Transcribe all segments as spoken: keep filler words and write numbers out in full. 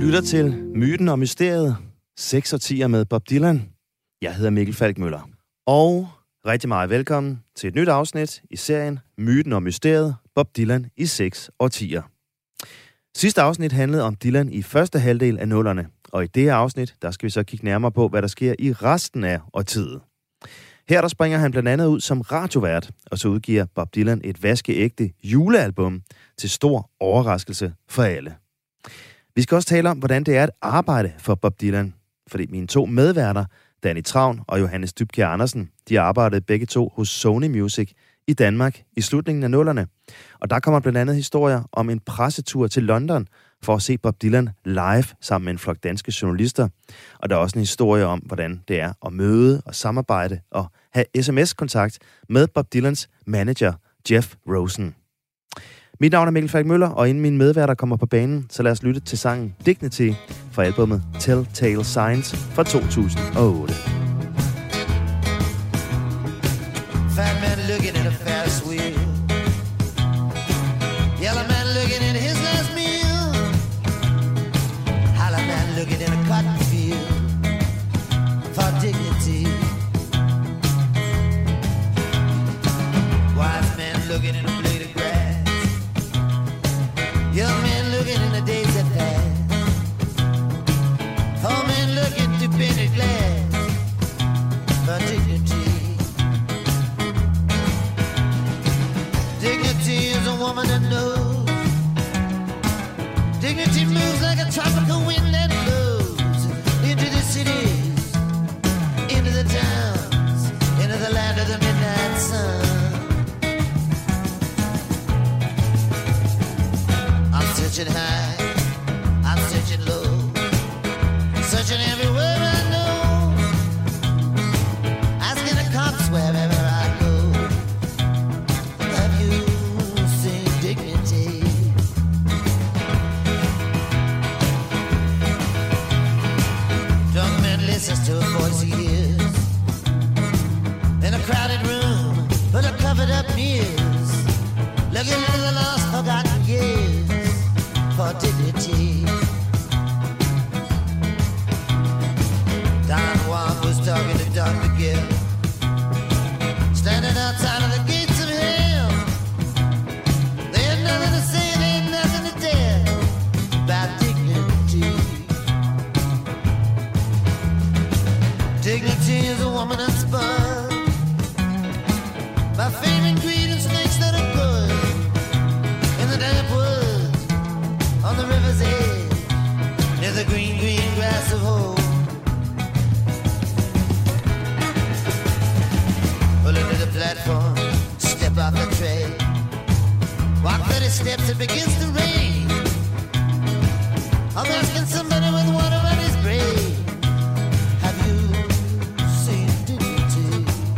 lytter til Myten og Mysteriet, seks årtier med Bob Dylan. Jeg hedder Mikkel Falkmøller. Og rigtig meget velkommen til et nyt afsnit i serien Myten og Mysteriet, Bob Dylan i seks årtier. Sidste afsnit handlede om Dylan i første halvdel af nullerne, og i det her afsnit, der skal vi så kigge nærmere på, hvad der sker i resten af årtiet. Her der springer han blandt andet ud som radiovært, og så udgiver Bob Dylan et vaskeægte julealbum til stor overraskelse for alle. Vi skal også tale om, hvordan det er at arbejde for Bob Dylan, fordi mine to medværter, Danny Travn og Johannes Dybkjær Andersen, de arbejdede begge to hos Sony Music i Danmark i slutningen af nullerne. Og der kommer blandt andet historier om en pressetur til London for at se Bob Dylan live sammen med en flok danske journalister. Og der er også en historie om, hvordan det er at møde og samarbejde og have sms-kontakt med Bob Dylans manager, Jeff Rosen. Mit navn er Mikkel Falkmøller, og inden mine medværter kommer på banen, så lad os lytte til sangen Dignity fra albumet Telltale Signs fra to tusind og otte. Fat man looking at a Ferris wheel. Yellow man looking at his last meal. Holler man looking in a cotton field for dignity. Wise man looking in a blade of grass. Young man looking in the days that pass. Poor man looking through painted glass for dignity. Dignity is a woman that knows. Dignity moves like a tropical wind that blows into the cities, into the towns, into the land of the midnight sun. I'm searching high, I'm searching low, searching everywhere I know, asking the cops wherever I go. Have you seen dignity? Drunk man listens to a voice he hears in a crowded room full of covered up mirrors, looking into the lost forgotten years for dignity. Don Juan was talking to Doctor Gill, standing outside of the gates of hell. They had nothing to say, they had nothing to tell about dignity. Dignity is a woman unspun by fame and greed and snakes that are good in the damp woods on the river's edge near the green, green grass of hope. Pull into the platform, step off the train, walk thirty steps, it begins to rain. I'm asking somebody with water on his brain, have you seen dignity?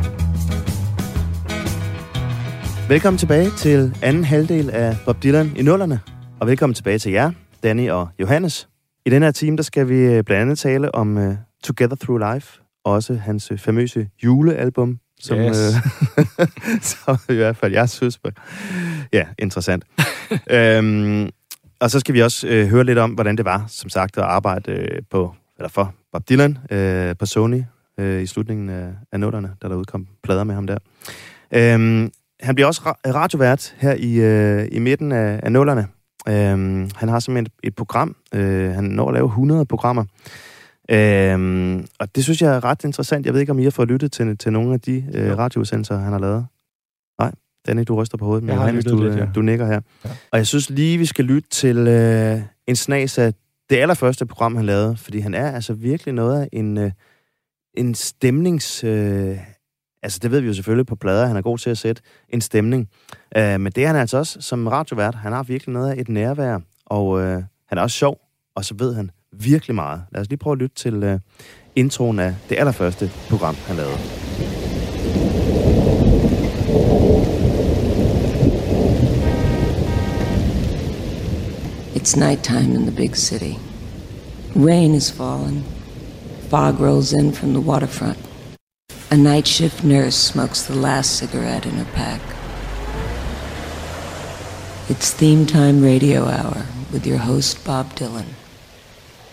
Velkommen tilbage til anden halvdel af Bob Dylan i nullerne, og velkommen tilbage til jer, Danny og Johannes. I denne her time, der skal vi blandt andet tale om uh, Together Through Life, og også hans uh, famøse julealbum, som, yes. øh, som i hvert fald jeg synes, ja, interessant. øhm, og så skal vi også øh, høre lidt om, hvordan det var, som sagt, at arbejde øh, på, eller for Bob Dylan øh, på Sony øh, i slutningen af, af nullerne, da der udkom plader med ham der. Øhm, han bliver også ra- radiovært her i, øh, i midten af, af nullerne. Øhm, han har simpelthen et, et program. Øh, han når at lave hundrede programmer. Øhm, og det synes jeg er ret interessant. Jeg ved ikke, om I har fået lyttet til, til nogle af de øh, radioudsendelser, han har lavet. Nej, Danny, du ryster på hovedet, men Johannes, du, lidt, ja. du nikker her. Ja. Og jeg synes lige, vi skal lytte til øh, en snas af det allerførste program, han lavede, fordi han er altså virkelig noget af en, øh, en stemnings... Øh, altså, det ved vi jo selvfølgelig på plader, han er god til at sætte en stemning. Øh, men det er han altså også som radiovært. Han har virkelig noget af et nærvær, og øh, han er også sjov, og så ved han virkelig meget. Lad os lige prøve at lytte til uh, introen af det allerførste program, han lavede. It's nighttime in the big city. Rain is falling. Fog rolls in from the waterfront. A night shift nurse smokes the last cigarette in her pack. It's Theme Time Radio Hour with your host, Bob Dylan.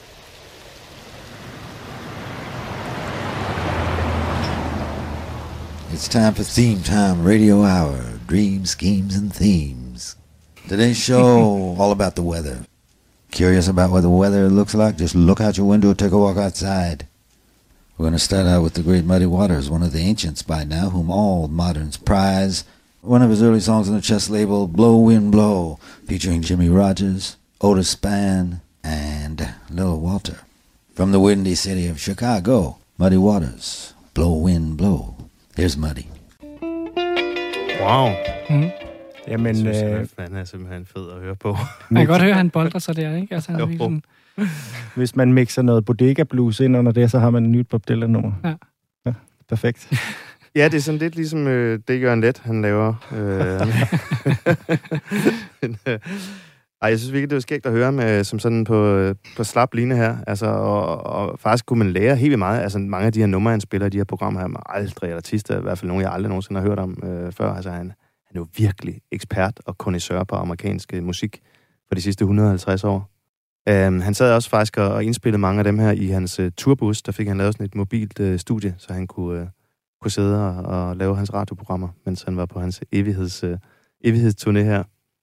It's time for Theme Time Radio Hour. Dreams, schemes, and themes. Today's show, all about the weather. Curious about what the weather looks like? Just look out your window, take a walk outside. We're going to start out with the great Muddy Waters, one of the ancients by now, whom all moderns prize. One of his early songs on the Chess label, Blow, Wind, Blow, featuring Jimmy Rogers, Otis Spann, and Little Walter. From the windy city of Chicago, Muddy Waters, Blow, Wind, Blow. Here's Muddy. Wow. Mm. Jamen, jeg synes, øh, han er simpelthen fed at høre på. Man kan godt høre, at han bolder sig der, ikke? Altså, han er sådan... Hvis man mixer noget bodega blues ind under det, så har man en nyt Bob Dylan-nummer. Ja. Ja, perfekt. Ja, det er sådan lidt ligesom øh, det Jørgen Let, han laver. Øh, men, øh, ej, jeg synes virkelig, det var skægt at høre med, som sådan på, på slap line her. Altså, og, og faktisk kunne man lære helt vildt meget. Altså, mange af de her numre, han spiller i de her programmer her, med aldrig artister, i hvert fald nogle, jeg aldrig nogensinde har hørt om øh, før. Altså, han, han er jo virkelig ekspert og kondisseur på amerikansk musik for de sidste et hundrede og halvtreds år. Um, han sad også faktisk og, og indspillede mange af dem her i hans uh, turbus. Der fik han lavet sådan et mobilt uh, studie, så han kunne, uh, kunne sidde og, og lave hans radioprogrammer, mens han var på hans evigheds, uh, evighedsturné her.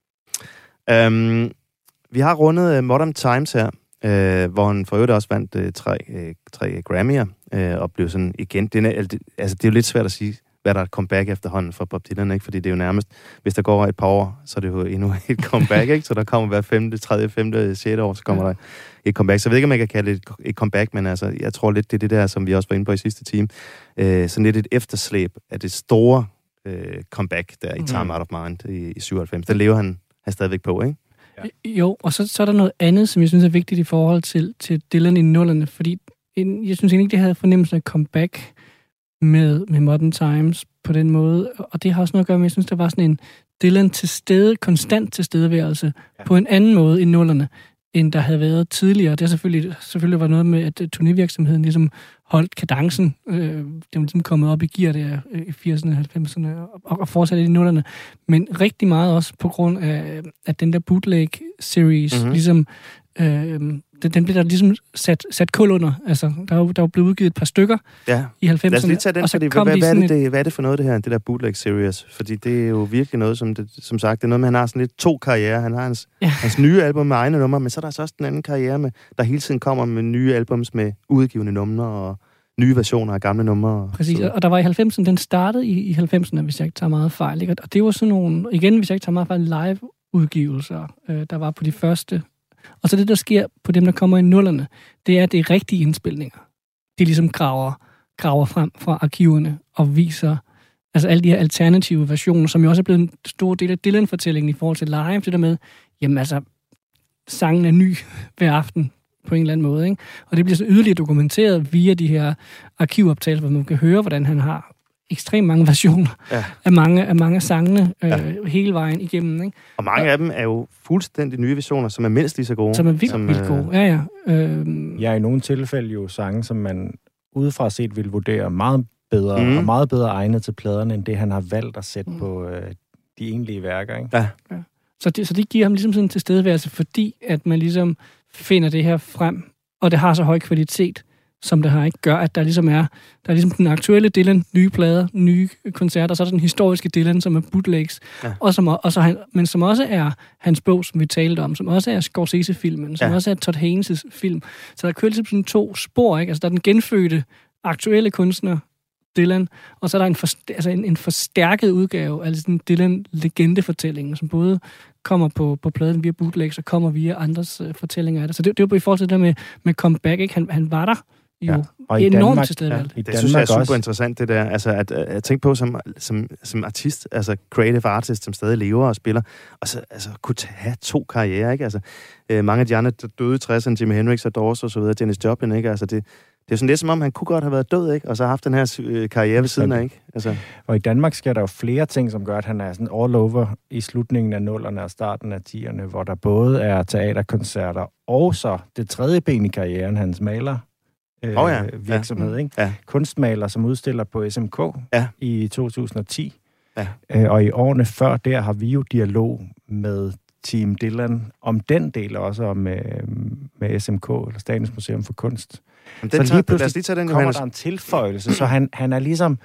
Um, vi har rundet uh, Modern Times her, uh, hvor han for øvrigt også vandt uh, tre, uh, tre Grammy'er, uh, og blev sådan igen... Det er, altså, det er jo lidt svært at sige, hvad der er et comeback efterhånden for Bob Dylan, ikke? Fordi det er jo nærmest, hvis der går et par år, så er det jo endnu et comeback, ikke? Så der kommer hver femte, tredje, femte, sjette år, så kommer ja. der et comeback. Så jeg ved ikke, om man kan kalde det et, et comeback, men altså, jeg tror lidt, det er det der, som vi også var inde på i sidste time. Øh, sådan lidt et efterslæb af det store øh, comeback der i Time mm. Out of Mind i, i syvoghalvfems. Der lever han, han stadigvæk på, ikke? Ja. Jo, og så, så er der noget andet, som jeg synes er vigtigt i forhold til, til Dylan i nullerne, fordi en, jeg synes egentlig ikke, det havde fornemmelsen af comeback med, med Modern Times på den måde, og det har også noget at gøre med, jeg synes, der var sådan en Dylan til stede, konstant tilstedeværelse ja. på en anden måde i nullerne, end der havde været tidligere. Det er selvfølgelig, selvfølgelig var noget med, at turnévirksomheden ligesom holdt kadencen. Øh, det var ligesom kommet op i gear der i firserne, halvfemserne og, og fortsatte i nullerne. Men rigtig meget også på grund af, at den der bootleg-series mm-hmm. ligesom... Øh, den blev der ligesom sat, sat kul under. Altså, der var, der var blevet udgivet et par stykker ja. i halvfemserne. Lad os lige tage den, fordi hvad, de hvad, er det, et... det, hvad er det for noget, det her, det der bootleg series? Fordi det er jo virkelig noget, som, det, som sagt, det er noget med, han har sådan lidt to karrierer. Han har hans, ja. hans nye album med egne numre, men så er der så også den anden karriere, med, der hele tiden kommer med nye albums med udgivende numre og nye versioner af gamle numre. Præcis, så. Og der var i halvfemserne, den startede i, i halvfemserne, hvis jeg ikke tager meget fejl. Ikke? Og det var sådan nogle, igen, hvis jeg ikke tager meget fejl, live-udgivelser, øh, der var på de første. Og så det, der sker på dem, der kommer i nullerne, det er, at det er rigtige indspilninger. De ligesom graver, graver frem fra arkiverne og viser altså alle de her alternative versioner, som jo også er blevet en stor del af Dylan-fortællingen i forhold til live. Det der med, jamen altså, sangen er ny hver aften på en eller anden måde. Ikke? Og det bliver så yderligere dokumenteret via de her arkivoptagelser, hvor man kan høre, hvordan han har ekstremt mange versioner ja. af mange af mange af sangene øh, ja. hele vejen igennem, ikke? Og mange og, af dem er jo fuldstændig nye versioner, som er mindst lige så gode. Som er vildt, som, vildt gode, ja, ja. Øhm. Ja, i nogle tilfælde jo sange, som man udefra set vil vurdere meget bedre, mm. og meget bedre egnet til pladerne, end det, han har valgt at sætte mm. på øh, de egentlige værker, ikke? Ja. ja. Så, det, så det giver ham ligesom sådan en tilstedeværelse, fordi at man ligesom finder det her frem, og det har så høj kvalitet, som det har, ikke gør, at der ligesom er, der er ligesom den aktuelle Dylan, nye plader, nye koncerter, og så er der den historiske Dylan, som er bootlegs, ja. og som, og så han, men som også er hans bog, som vi talte om, som også er Scorsese-filmen, som ja. også er Todd Haynes' film. Så der kører ligesom sådan to spor, ikke? Altså der er den genfødte, aktuelle kunstner, Dylan, og så er der en, forst- altså en, en forstærket udgave, altså den Dylan-legendefortælling, som både kommer på, på pladen via bootlegs, og kommer via andres uh, fortællinger af det. Så det, det var på i forhold til det der med, med comeback, ikke? Han, han var der jo ja. og enormt til stede. Ja, det Danmark synes jeg er super også. Interessant, det der. Altså, at, at, at tænke på som, som, som artist, altså creative artist, som stadig lever og spiller, og så altså, kunne have to karrierer, ikke? Altså, øh, mange af de andre døde i tresserne, Jimi Hendrix og Doors og så videre, Janis Joplin, ikke? Altså, det, det er sådan lidt som om, han kunne godt have været død, ikke? Og så har haft den her øh, karriere ved siden af, ikke? Altså. Og i Danmark sker der jo flere ting, som gør, at han er sådan all over i slutningen af nullerne og starten af tierne, hvor der både er teaterkoncerter og så det tredje ben i karrieren, hans maler øh, oh ja. virksomhed, ja. ikke? Ja. Kunstmaler, som udstiller på S M K ja. i to tusind og ti. Ja. Øh, og i årene før der har vi jo dialog med Team Dylan om den del også, om med, med S M K, eller Statens Museum for Kunst. Den så lige pludselig lige den, kommer Johannes. Der en tilføjelse, så han, han er ligesom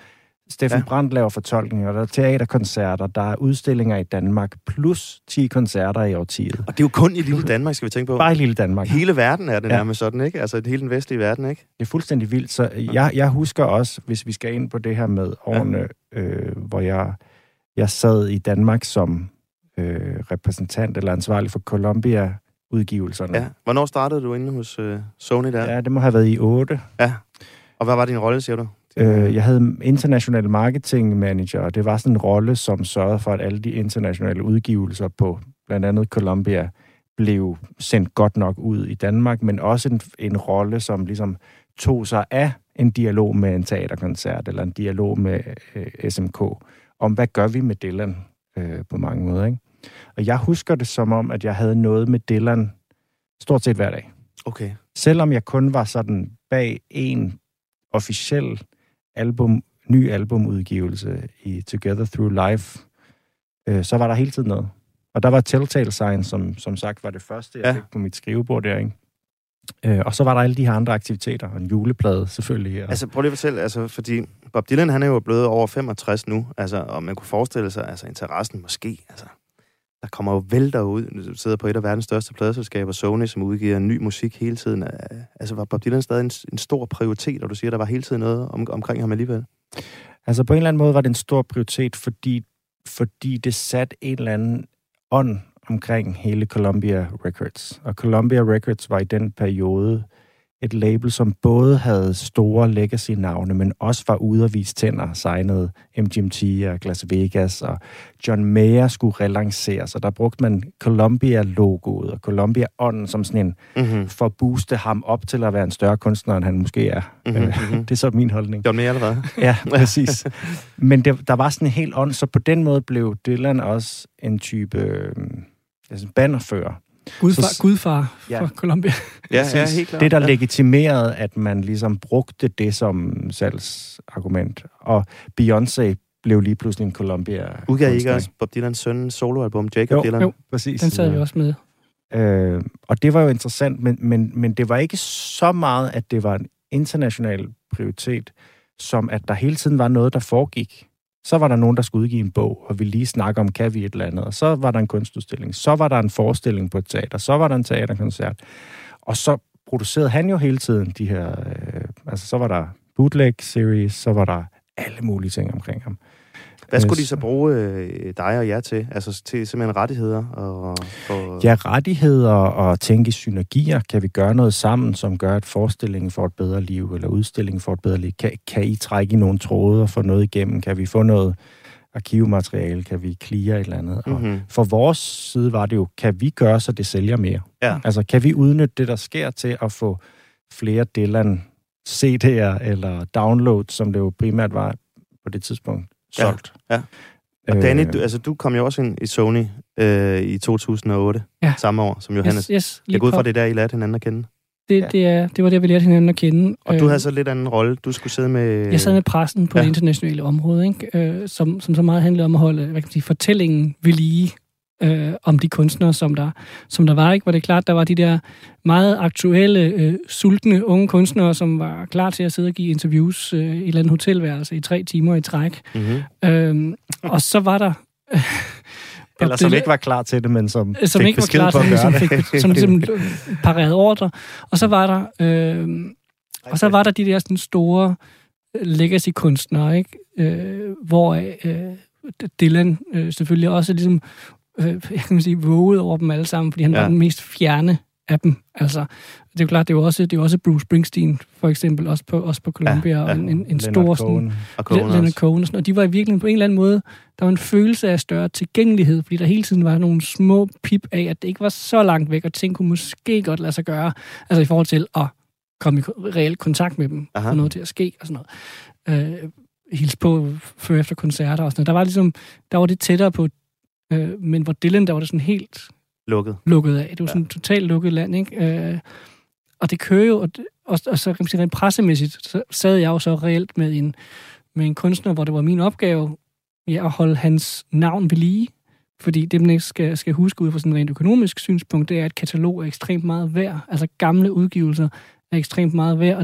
Steffen Ja. Brandt laver fortolkninger, der er teaterkoncerter, der er udstillinger i Danmark, plus ti koncerter i årtiet. Og det er jo kun i lille Danmark, skal vi tænke på. Bare i lille Danmark. Hele verden er det Ja. nærmest sådan, ikke? Altså hele den vestlige verden, ikke? Det er fuldstændig vildt. Så jeg, jeg husker også, hvis vi skal ind på det her med årene, ja. øh, hvor jeg, jeg sad i Danmark som øh, repræsentant eller ansvarlig for Columbia-udgivelserne. Ja. Hvornår startede du inde hos øh, Sony der? Ja, det må have været i otte. Ja. Og hvad var din rolle, siger du? Øh, jeg havde international marketing manager, og det var sådan en rolle, som sørgede for, at alle de internationale udgivelser på blandt andet Columbia blev sendt godt nok ud i Danmark, men også en, en rolle, som ligesom tog sig af en dialog med en teaterkoncert, eller en dialog med øh, S M K, om hvad gør vi med Dylan øh, på mange måder, ikke? Og jeg husker det som om, at jeg havde noget med Dylan stort set hver dag. Okay. Selvom jeg kun var sådan bag en officiel album, ny albumudgivelse i Together Through Life, øh, så var der hele tiden noget. Og der var Telltale Signs, som, som sagt var det første, jeg Ja. fik på mit skrivebord der, ikke? Øh, og så var der alle de her andre aktiviteter, og en juleplade selvfølgelig. Og... Altså prøv lige at fortælle, altså, fordi Bob Dylan, han er jo blevet over femogtres nu, altså, og man kunne forestille sig, altså interessen måske, altså, der kommer jo vælter ud, du sidder på et af verdens største pladeselskaber, Sony, som udgiver ny musik hele tiden. Altså var Bob Dylan stadig en, en stor prioritet, og du siger, der var hele tiden noget om, omkring ham alligevel? Altså på en eller anden måde var det en stor prioritet, fordi, fordi det satte en eller anden ånd omkring hele Columbia Records. Og Columbia Records var i den periode et label, som både havde store legacy-navne, men også var ude at vise tænder, signede M G M T og Las Vegas, og John Mayer skulle relanceres, og der brugte man Columbia-logoet og Columbia-ånden som sådan en, Mm-hmm. for at booste ham op til at være en større kunstner, end han måske er. Mm-hmm. Øh, det er så min holdning. John Mayer allerede. Ja, præcis. Men det, der var sådan en helt ånd, så på den måde blev Dylan også en type øh, altså bannerfører. Gudfar, Så- gudfar Ja. for Columbia. Ja, ja, Præcis. helt klart. Det, der ja. legitimerede, at man ligesom brugte det som salgsargument. Og Beyoncé blev lige pludselig en Columbia. Udgav I ikke også Bob Dylans søn soloalbum, Jacob Jo, Dylan? jo. Præcis. Den sad vi også med. Øh, og det var jo interessant, men, men, men det var ikke så meget, at det var en international prioritet, som at der hele tiden var noget, der foregik. Så var der nogen, der skulle udgive en bog, og ville lige snakke om, kan vi et eller andet. Og så var der en kunstudstilling. Så var der en forestilling på et teater. Så var der en teaterkoncert. Og så producerede han jo hele tiden de her... Øh, altså, så var der bootleg-series, så var der alle mulige ting omkring ham. Hvad skulle Øh, de så bruge øh, dig og jer til? Altså til simpelthen rettigheder? Og, og... Ja, rettigheder og tænke i synergier. Kan vi gøre noget sammen, som gør, at forestillingen får et bedre liv, eller udstillingen får et bedre liv? Kan, kan I trække i nogle tråde og få noget igennem? Kan vi få noget arkivmateriale? Kan vi clear et eller andet? Mm-hmm. Og for vores side var det jo, kan vi gøre, så det sælger mere? Ja. Altså, kan vi udnytte det, der sker til at få flere Dylan C D'er eller downloads, som det jo primært var på det tidspunkt, solgt? ja. Og Danny, du, altså, du kom jo også ind i Sony øh, i to tusind og otte, Ja. samme år som Johannes. Yes, yes, Jeg går ud fra pop. det der, I lærte hinanden at kende. Det, Ja. det, er, det var der, vi lærte hinanden at kende. Og Øh, du havde så lidt anden rolle. Du skulle sidde med... Jeg sad med pressen på Ja. det internationale område, ikke? Øh, som, som så meget handlede om at holde, hvad kan man sige, fortællingen ved lige øh, om de kunstnere, som der, som der var. Ikke? Hvor det er klart, der var de der meget aktuelle, øh, sultne unge kunstnere, som var klar til at sidde og give interviews øh, i et eller andet hotelværelse i tre timer i træk. Mm-hmm. Øh, og så var der... Øh, Eller som ikke var klar til det, men som, som fik ikke var besked klar på til at det, som, gøre fik, det. som ligesom parerede ordre. Og så var der... Øh, og så var der de der sådan store legacy-kunstnere, ikke? Øh, hvor øh, Dylan øh, selvfølgelig også ligesom, øh, jeg kan sige, vågede over dem alle sammen, fordi han ja. Ja. var den mest fjerne af dem. Altså, det er jo klart, det er jo også, det er jo også Bruce Springsteen, for eksempel, også på, også på Columbia, Ja, ja, ja. ja. og en, en, en stor Leonard sådan, Cohen. Og Cohen Leonard også. Cohen og sådan, og de var i virkeligheden på en eller anden måde, der var en følelse af større tilgængelighed, fordi der hele tiden var nogle små pip af, at det ikke var så langt væk, og ting kunne måske godt lade sig gøre, altså i forhold til at komme i reel kontakt med dem, Aha. og noget til at ske, og sådan noget. Øh, hils på før efter koncerter og sådan noget. Der var ligesom, der var det tættere på, øh, men hvor Dylan, der var det sådan helt Lukket. lukket af. Det var sådan et totalt lukket land, ikke? Øh, og det kører jo, og, og, og så kan man sige, rent pressemæssigt, så sad jeg jo så reelt med en, med en kunstner, hvor det var min opgave ja, at holde hans navn ved lige. Fordi det, man ikke skal, skal huske ud fra sådan et rent økonomisk synspunkt, det er, at katalog er ekstremt meget værd. Altså gamle udgivelser er ekstremt meget værd, og det,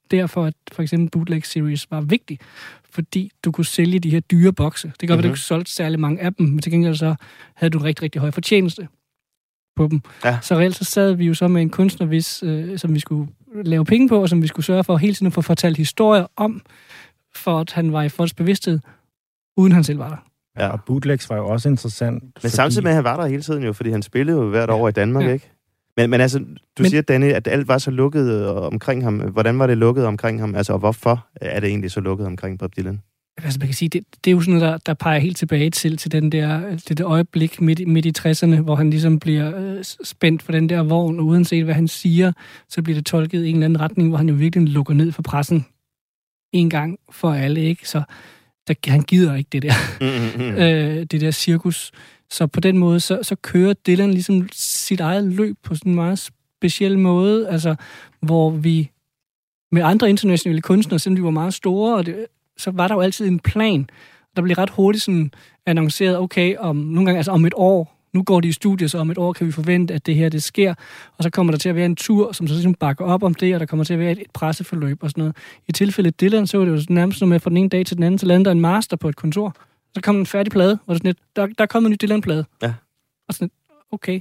derfor, at for eksempel Bootleg Series var vigtig, fordi du kunne sælge de her dyre bokse. Det kan godt være, mm-hmm. at du solgte særlig mange af dem, men til gengæld så havde du en rigtig, rigtig høj fortjeneste på dem. Ja. Så reelt så sad vi jo så med en kunstner, hvis, øh, som vi skulle lave penge på, og som vi skulle sørge for hele tiden at få fortalt historier om, for at han var i folks bevidsthed, uden han selv var der. Ja, og bootlegs var jo også interessant. Men fordi... samtidig med, at han var der hele tiden jo, fordi han spillede jo hvert år i Danmark, ja. Ikke? Men, men altså, du men... siger, Danny, at alt var så lukket omkring ham. Hvordan var det lukket omkring ham? Altså, og hvorfor er det egentlig så lukket omkring Bob Dylan? Altså, man kan sige, det, det er jo sådan noget, der, der peger helt tilbage til, til den der, det der øjeblik midt, midt i tresserne, hvor han ligesom bliver øh, spændt for den der vogn, og uanset hvad han siger, så bliver det tolket i en eller anden retning, hvor han jo virkelig lukker ned for pressen en gang for alle, ikke? Så der, han gider ikke det der, mm-hmm. øh, det der cirkus. Så på den måde, så, så kører Dylan ligesom sit eget løb på sådan en meget speciel måde, altså, hvor vi med andre internationale kunstnere, selvom de var meget store, og det, så var der jo altid en plan. Der blev ret hurtigt sådan annonceret, okay, om, nogle gange, altså om et år, nu går de i studiet, så om et år kan vi forvente, at det her, det sker, og så kommer der til at være en tur, som så ligesom bakker op om det, og der kommer til at være et, et presseforløb og sådan noget. I tilfældet Dylan, så var det jo nærmest noget med fra den ene dag til den anden, så landede der en master på et kontor. Så kom en færdig plade, og det sådan lidt, der, der er kommet en ny Dylan-plade. Ja. Og sådan lidt, okay.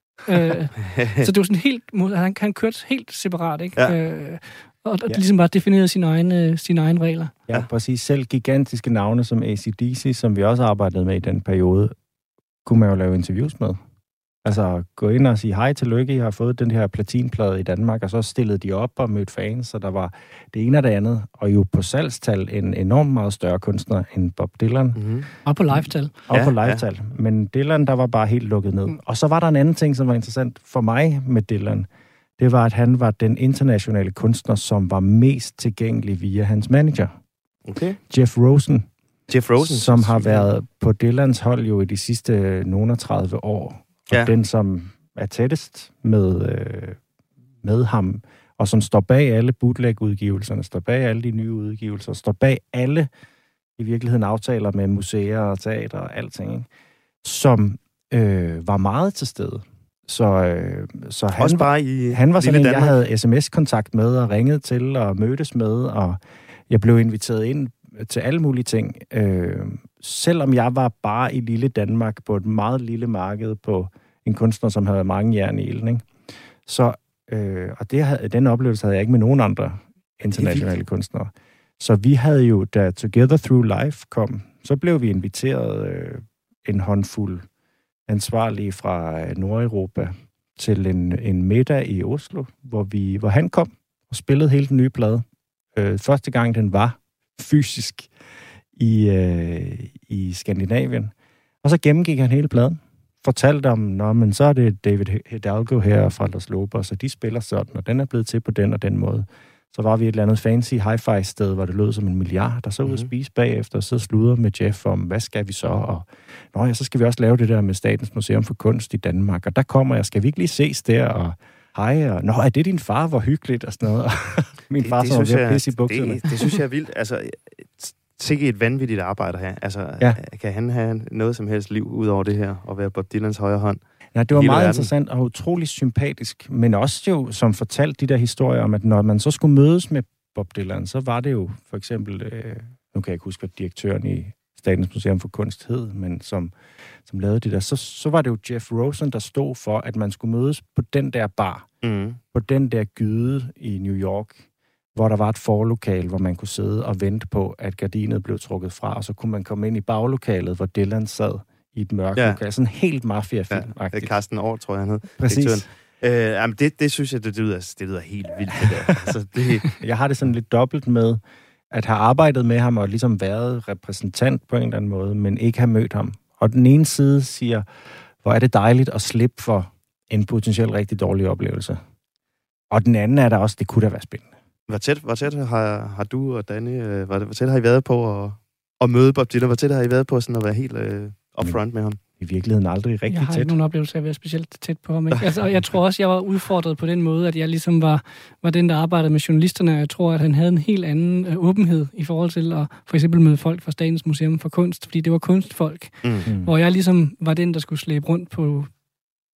øh, så det var sådan helt, han, han kørte helt separat, ikke? Ja. Øh, og ja. Ligesom bare definerede sine egne, sine egne regler. Ja, præcis. Selv gigantiske navne som A C D C, som vi også arbejdede med i den periode, kunne man jo lave interviews med. Altså gå ind og sige, hej, tillykke, I har fået den her platinplade i Danmark, og så stillede de op og mødte fans, så der var det ene og det andet, og jo på salgstal en enormt meget større kunstner end Bob Dylan. Mm-hmm. Og på live-tal. Og ja, på live-tal. Ja. Men Dylan, der var bare helt lukket ned. Mm. Og så var der en anden ting, som var interessant for mig med Dylan. Det var, at han var den internationale kunstner, som var mest tilgængelig via hans manager. Okay. Jeff Rosen. Jeff Rosen. Som har været på Dylans hold jo i de sidste nogle tredive år. Og ja. Den, som er tættest med, øh, med ham, og som står bag alle bootleg-udgivelserne, står bag alle de nye udgivelser, står bag alle i virkeligheden aftaler med museer og teater og alting, ikke? Som øh, var meget til stede. Så, øh, så han, også bare i han var sådan en, jeg havde sms-kontakt med og ringet til og mødtes med, og jeg blev inviteret ind til alle mulige ting. Øh, selvom jeg var bare i lille Danmark på et meget lille marked på en kunstner, som havde mange jern i ilden, ikke? Så, øh, og det havde, den oplevelse havde jeg ikke med nogen andre internationale kunstnere. Så vi havde jo, da Together Through Life kom, så blev vi inviteret øh, en håndfuld ansvarlige fra Nordeuropa til en, en middag i Oslo, hvor, vi, hvor han kom og spillede hele den nye plade. Øh, første gang den var fysisk i, øh, i Skandinavien. Og så gennemgik han hele pladen. Fortalte om, nå, men så er det David Hidalgo her fra Los Lobos, og de spiller sådan, og den er blevet til på den og den måde. Så var vi et eller andet fancy hi-fi sted, hvor det lød som en milliard, der så ud at spise bagefter, og så sludder med Jeff om, hvad skal vi så? Og nå ja, så skal vi også lave det der med Statens Museum for Kunst i Danmark, og der kommer jeg, skal vi ikke lige ses der? Og hej, og nå, er det din far? Hvor hyggeligt, og sådan noget. Og min far, det, det som var ved at pisse i bukserne. Det, det synes jeg er vildt. Altså, sikke et vanvittigt arbejde her. Altså, ja. Kan han have noget som helst liv ud over det her, og være Bob Dylans højre hånd? Ja, det var meget verden. Interessant og utrolig sympatisk, men også jo, som fortalte de der historier om, at når man så skulle mødes med Bob Dylan, så var det jo for eksempel, øh, nu kan jeg ikke huske, hvad direktøren i Statens Museum for Kunst hed, men som, som lavede det der, så, så var det jo Jeff Rosen, der stod for, at man skulle mødes på den der bar, mm. på den der gyde i New York, hvor der var et forlokal, hvor man kunne sidde og vente på, at gardinet blev trukket fra, og så kunne man komme ind i baglokalet, hvor Dylan sad i et mørke ja. lokal. Sådan helt mafia-film-agtigt. Ja, det er Carsten Aar, tror jeg, han hed. Præcis. Øh, jamen det, det synes jeg, det lyder, det lyder helt vildt. Det der. Altså, det... Jeg har det sådan lidt dobbelt med, at have arbejdet med ham og ligesom været repræsentant på en eller anden måde, men ikke have mødt ham. Og den ene side siger, hvor er det dejligt at slippe for en potentielt rigtig dårlig oplevelse. Og den anden er der også, det kunne da være spændende. Hvor tæt, hvor tæt har, har du og Danny, hvor, hvor tæt har I været på at, at møde Bob Dylan? Hvor tæt har I været på sådan at være helt øh, upfront med ham? I virkeligheden aldrig rigtig tæt. Jeg har tæt. ikke nogen oplevelse af at være specielt tæt på ham. Ikke? Altså, jeg tror også, jeg var udfordret på den måde, at jeg ligesom var, var den, der arbejdede med journalisterne. Jeg tror, at han havde en helt anden øh, åbenhed i forhold til at for eksempel møde folk fra Statens Museum for Kunst, fordi det var kunstfolk. Mm. Hvor jeg ligesom var den, der skulle slæbe rundt på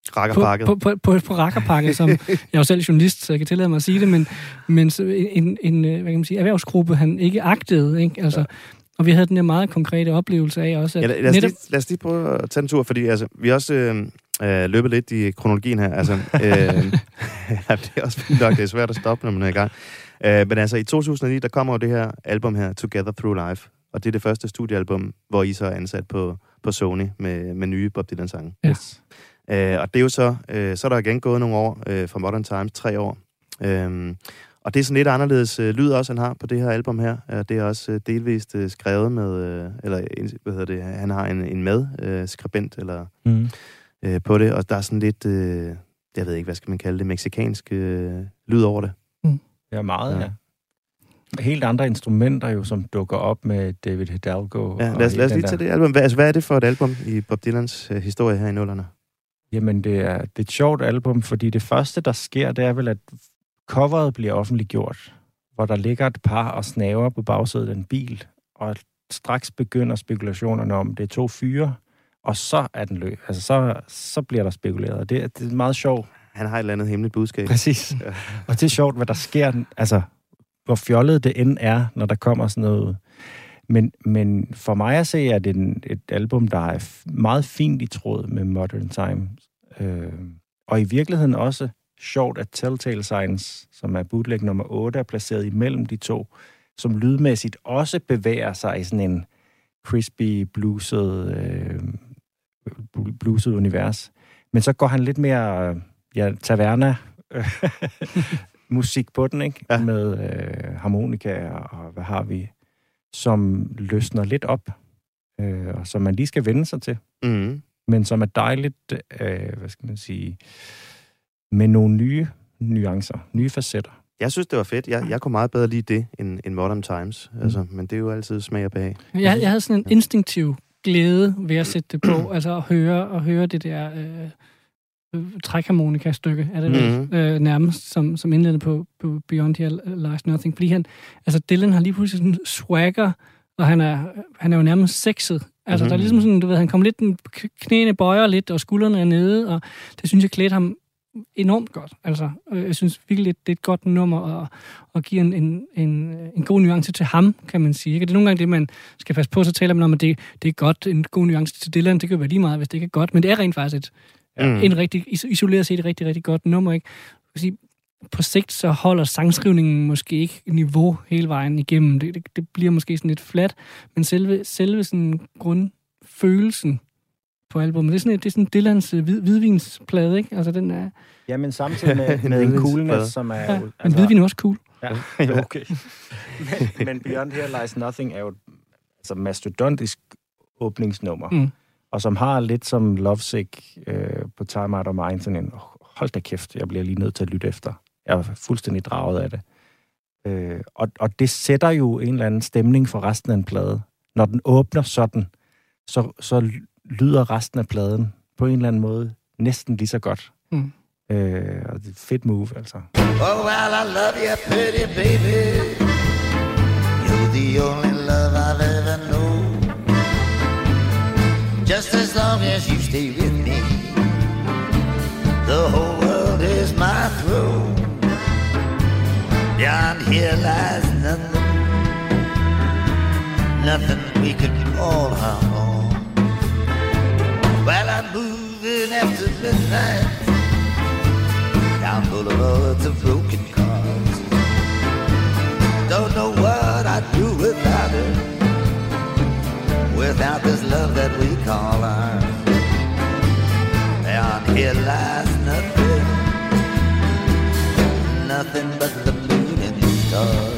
Rakkerpakket. På, på, på, på rakkerpakket, som jeg er jo selv journalist, så jeg kan tillade mig at sige det, men, men en, en hvad kan man sige, erhvervsgruppe, han ikke agtede, ikke? Altså, ja. Og vi havde den der meget konkrete oplevelse af også, at ja, lad, os netop... lige, lad os lige prøve at tage en tur, fordi altså, vi har også øh, øh, løbet lidt i kronologien her. Altså, øh, ja, det er også fint nok, det er svært at stoppe, når man er i gang. Øh, men altså, i to tusind og ni, der kommer jo det her album her, Together Through Life, og det er det første studiealbum, hvor I så er ansat på, på Sony med, med nye Bob Dylan-sange. Yes. Øh, og det er jo så, øh, så er der igen gået nogle år øh, fra Modern Times, tre år. Øh, og det er sådan lidt anderledes øh, lyd også, han har på det her album her. Øh, det er også øh, delvist øh, skrevet med, øh, eller hvad hedder det, han har en, en med-skribent øh, eller mm. øh, på det, og der er sådan lidt, øh, jeg ved ikke, hvad skal man kalde det, mexikansk øh, lyd over det. Mm. Ja, meget, ja. ja. Helt andre instrumenter jo, som dukker op med David Hidalgo. Ja, lad os, lad os lige tage det album. Hvad, altså, hvad er det for et album i Bob Dylans øh, historie her i nullerne? Jamen, det er, det er et sjovt album, fordi det første, der sker, det er vel, at coveret bliver offentliggjort, hvor der ligger et par og snaver på bagsædet af en bil, og straks begynder spekulationerne om, det er to fyre, og så er den løb. Altså, så, så bliver der spekuleret. Det, det er meget sjovt. Han har et eller andet hemmeligt budskab. Præcis. Ja. Og det er sjovt, hvad der sker, altså, hvor fjollet det end er, når der kommer sådan noget. Men, men for mig at se, er det en, et album, der er meget fint i tråd med Modern Times. Øh, og i virkeligheden også sjovt, at Telltale Signs, som er bootleg nummer otte, er placeret imellem de to, som lydmæssigt også bevæger sig i sådan en crispy, blueset, øh, blueset univers. Men så går han lidt mere ja, taverna musik på den, ikke? Ja. Med øh, harmonika og hvad har vi, som løsner lidt op, øh, og som man lige skal vende sig til. Mm. Men som er dejligt, øh, hvad skal man sige, med nogle nye nuancer, nye facetter. Jeg synes, det var fedt. Jeg, jeg kunne meget bedre lide det end, end Modern Times. Mm. Altså, men det er jo altid smag og behag. Jeg, jeg havde sådan en instinktiv glæde ved at sætte det på, altså at høre, at høre det der øh, øh, trækharmonika-stykke, er det mm. øh, nærmest, som, som indledte på, på Beyond Here Lies Nothing. Fordi han, altså Dylan har lige pludselig sådan swagger, og han er, han er jo nærmest sexet. Altså, mm. der er ligesom sådan, du ved, han kommer lidt, knæene bøjer lidt, og skuldrene er nede, og det synes jeg klædte ham enormt godt. Altså, jeg synes virkelig, det er et godt nummer, og, og giver en, en, en, en god nuance til ham, kan man sige. Ikke? Det er nogle gange det, man skal passe på, så taler man om, at det, det er godt, en god nuance til Dylan. Det kan jo være lige meget, hvis det ikke er godt, men det er rent faktisk et, mm. en rigtig, isoleret set et rigtig, rigtig godt nummer. Ikke? Sige, på sigt så holder sangskrivningen måske ikke niveau hele vejen igennem. Det, det, det bliver måske sådan lidt flat, men selve, selve sådan grundfølelsen på albumet, det er sådan, det er sådan Dylans hvid, hvidvinsplade, ikke? Altså den er... Ja, men samtidig med, med en coolness, som er... Ja, jo, men altså, hvidvin er også cool. Ja, okay. men, men Beyond Here Lies Nothing er jo altså mastodontisk åbningsnummer, mm. og som har lidt som Lovesick øh, på Time Out of Mind, sådan en, oh, hold da kæft, jeg bliver lige nødt til at lytte efter. Jeg er fuldstændig draget af det. Øh, og, og det sætter jo en eller anden stemning for resten af en plade. Når den åbner sådan, så, så lyder resten af pladen på en eller anden måde næsten lige så godt. Mm. Øh, og det er et fedt move, altså. Oh, well, I love you, pretty baby. You're the only love I've ever known. Just as long as you stay with me, the whole world is my throne. Beyond here lies nothing, nothing we could call our own. Well, I'm moving after midnight down boulevards of broken cars. Don't know what I'd do without her, without this love that we call ours. Beyond here lies nothing, nothing but the moon and the stars.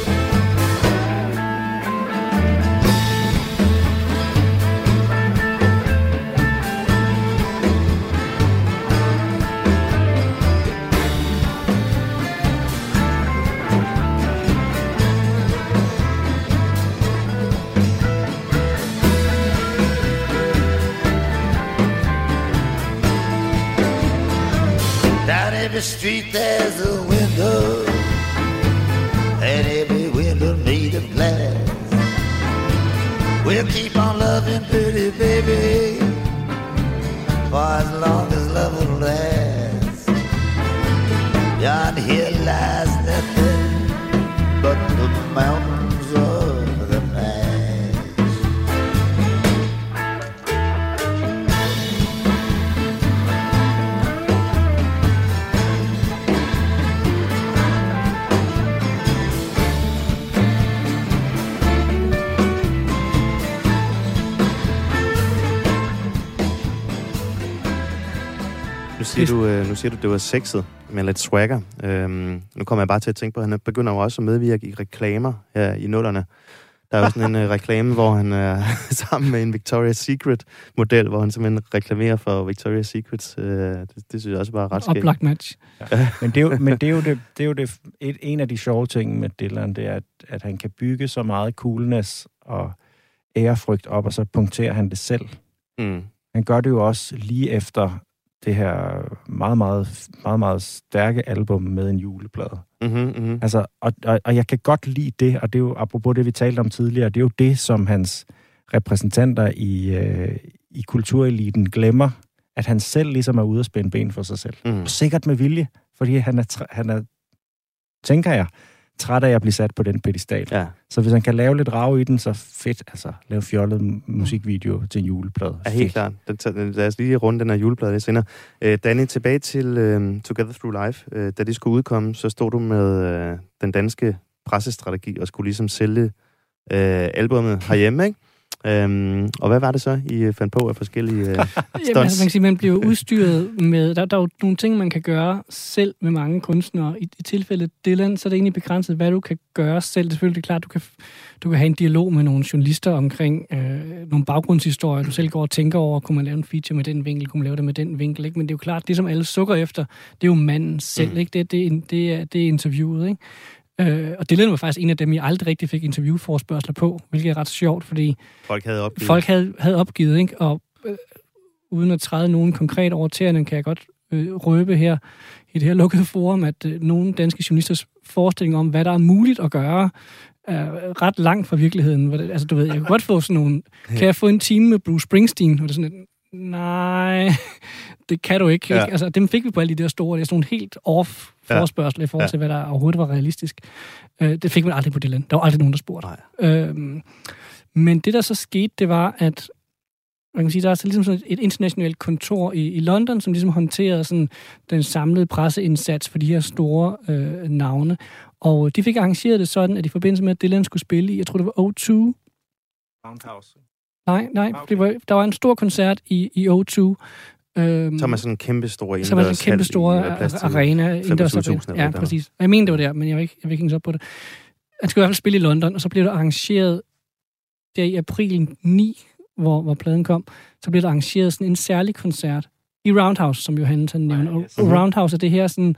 Every street there's a window, and every window made of glass. We'll keep on loving, pretty baby, for as long as love will Nu siger, du, øh, nu siger du, det var sexet med lidt swagger. Øhm, nu kommer jeg bare til at tænke på, at han begynder jo også at medvirke i reklamer her i nullerne. Der er jo sådan en uh, reklame, hvor han er sammen med en Victoria's Secret-model, hvor han simpelthen reklamerer for Victoria's Secrets. Uh, det, det synes jeg også bare er ret skægt. Oplagt match. Ja. Men, det er jo, men det er jo, det, det er jo det, et, en af de sjove ting med Dylan, det er, at, at han kan bygge så meget coolness og ærefrygt op, og så punkterer han det selv. Mm. Han gør det jo også lige efter det her meget, meget, meget, meget stærke album med en juleplade. Mm-hmm, mm-hmm. Altså, og, og, og jeg kan godt lide det, og det er jo, apropos det, vi talte om tidligere, det er jo det, som hans repræsentanter i, øh, i kultureliten glemmer, at han selv ligesom er ude at spænde ben for sig selv. Mm. Og sikkert med vilje, fordi han er, han er, tænker jeg, træt af at blive sat på den pedestal. Ja. Så hvis han kan lave lidt rav i den, så fedt, altså, lave fjollet musikvideo til en juleplade. Ja, helt klart. Lad os lige runde den her juleplade lidt senere. Uh, Danny, tilbage til uh, Together Through Life. Uh, da de skulle udkomme, så stod du med uh, den danske pressestrategi og skulle ligesom sælge uh, albumet herhjemme, ikke? Um, og hvad var det så, I fandt på af forskellige uh, stunts? Jamen, altså, man kan sige, man bliver udstyret med... Der, der er jo nogle ting, man kan gøre selv med mange kunstnere. I, i tilfældet Dylan, så er det egentlig begrænset, hvad du kan gøre selv. Det er selvfølgelig klart, du kan, du kan have en dialog med nogle journalister omkring øh, nogle baggrundshistorier, du selv går og tænker over, kunne man lave en feature med den vinkel, kunne man lave det med den vinkel, ikke? Men det er jo klart, det som alle sukker efter, det er jo manden selv, ikke? Det, det, det, er, det er interviewet, ikke? Øh, og Dylan var faktisk en af dem, jeg aldrig rigtig fik interviewforspørgsler på, hvilket er ret sjovt, fordi folk havde opgivet, folk havde, havde opgivet, ikke? Og øh, uden at træde nogen konkret over tæerne, kan jeg godt øh, røbe her i det her lukkede forum, at øh, nogle danske journalisters forestilling om, hvad der er muligt at gøre, er ret langt fra virkeligheden. Altså, du ved, jeg kan godt få sådan nogle... Kan jeg få en time med Bruce Springsteen? Og det er sådan et, nej, det kan du ikke. Ja. ikke? Altså, dem fik vi på alle de der store, det er sådan nogle helt off forespørgsler i forhold til, ja. hvad der overhovedet var realistisk. Øh, det fik man aldrig på Dylan. Der var aldrig nogen, der spurgte. Øhm, men det, der så skete, det var, at man kan sige, der er så ligesom sådan et internationalt kontor i, i London, som ligesom håndterede sådan den samlede presseindsats for de her store øh, navne. Og de fik arrangeret det sådan, at i forbindelse med, at Dylan skulle spille i, jeg tror, det var O to. Roundhouse. Nej, nej, det var, der var en stor koncert i, i O to. Øhm, som er sådan en kæmpe stor indendørs som er sådan en kæmpe stor arena. Indendørs arena. Ja, præcis. Jeg mener, det var der, men jeg vil ikke, jeg vil ikke hænge op på det. Han skulle i hvert fald spille i London, og så blev det arrangeret der i april ni, hvor, hvor pladen kom, så blev der arrangeret sådan en særlig koncert i Roundhouse, som Johannes han nævner. Og Roundhouse er det her sådan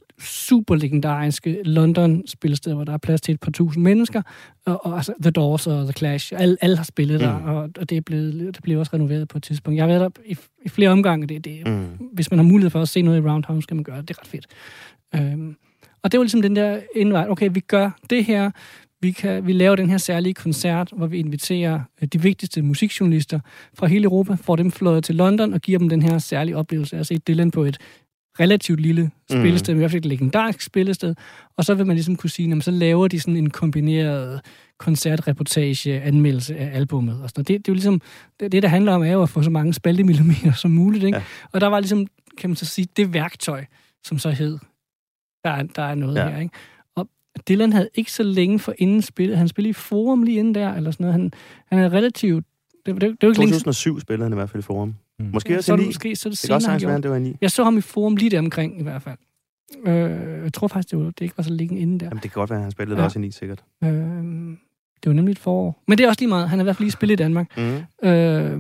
super legendariske London-spillested, hvor der er plads til et par tusind mennesker, og, og altså The Doors og The Clash, alle, alle har spillet der, mm. og, og det, er blevet, det blev også renoveret på et tidspunkt. Jeg har været der i, i flere omgange, det, det, mm. hvis man har mulighed for at se noget i Roundhouse, skal man gøre det. Det er ret fedt. Øhm, og det var ligesom den der indvej, okay, vi gør det her, vi, kan, vi laver den her særlige koncert, hvor vi inviterer de vigtigste musikjournalister fra hele Europa, får dem fløjet til London og giver dem den her særlige oplevelse af at se Dylan på et relativt lille spillested, mm. men i hvert fald et legendarisk spillested, og så vil man ligesom kunne sige, jamen, så laver de sådan en kombineret koncertreportage, anmeldelse af albummet og sådan noget. Det, det er jo ligesom, det, det der handler om, er jo at få så mange spaltemillimeter som muligt, ikke? Ja. Og der var ligesom, kan man så sige, det værktøj, som så hed, der er, der er noget ja. her, ikke? Og Dylan havde ikke så længe for inden spillet, han spillede i Forum lige inden der, eller sådan noget, han, han er relativt, det, det, det var ikke to tusind og syv spillede han i hvert fald i Forum. Mm. Måske ja, også så i ni. Måske, så det, det kan også sagtens være, det var i ni. Jeg så ham i Forum lige der omkring, i hvert fald. Øh, jeg tror faktisk, det, var, det ikke var så længe inden der. Jamen, det kan godt være, han spillede ja. også i ni, sikkert. Øh, det var nemlig et forår. Men det er også lige meget. Han har i hvert fald lige spillet i Danmark. Mm. Øh,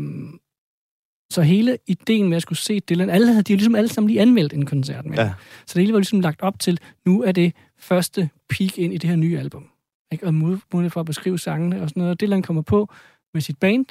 så hele ideen med at skulle se Dylan, alle havde de jo ligesom alle sammen lige anmeldt en koncert med. Ja. Så det hele var ligesom lagt op til, nu er det første peak ind i det her nye album. Ikke? Og mulighed for at beskrive sangene og sådan noget. Og Dylan kommer på med sit band.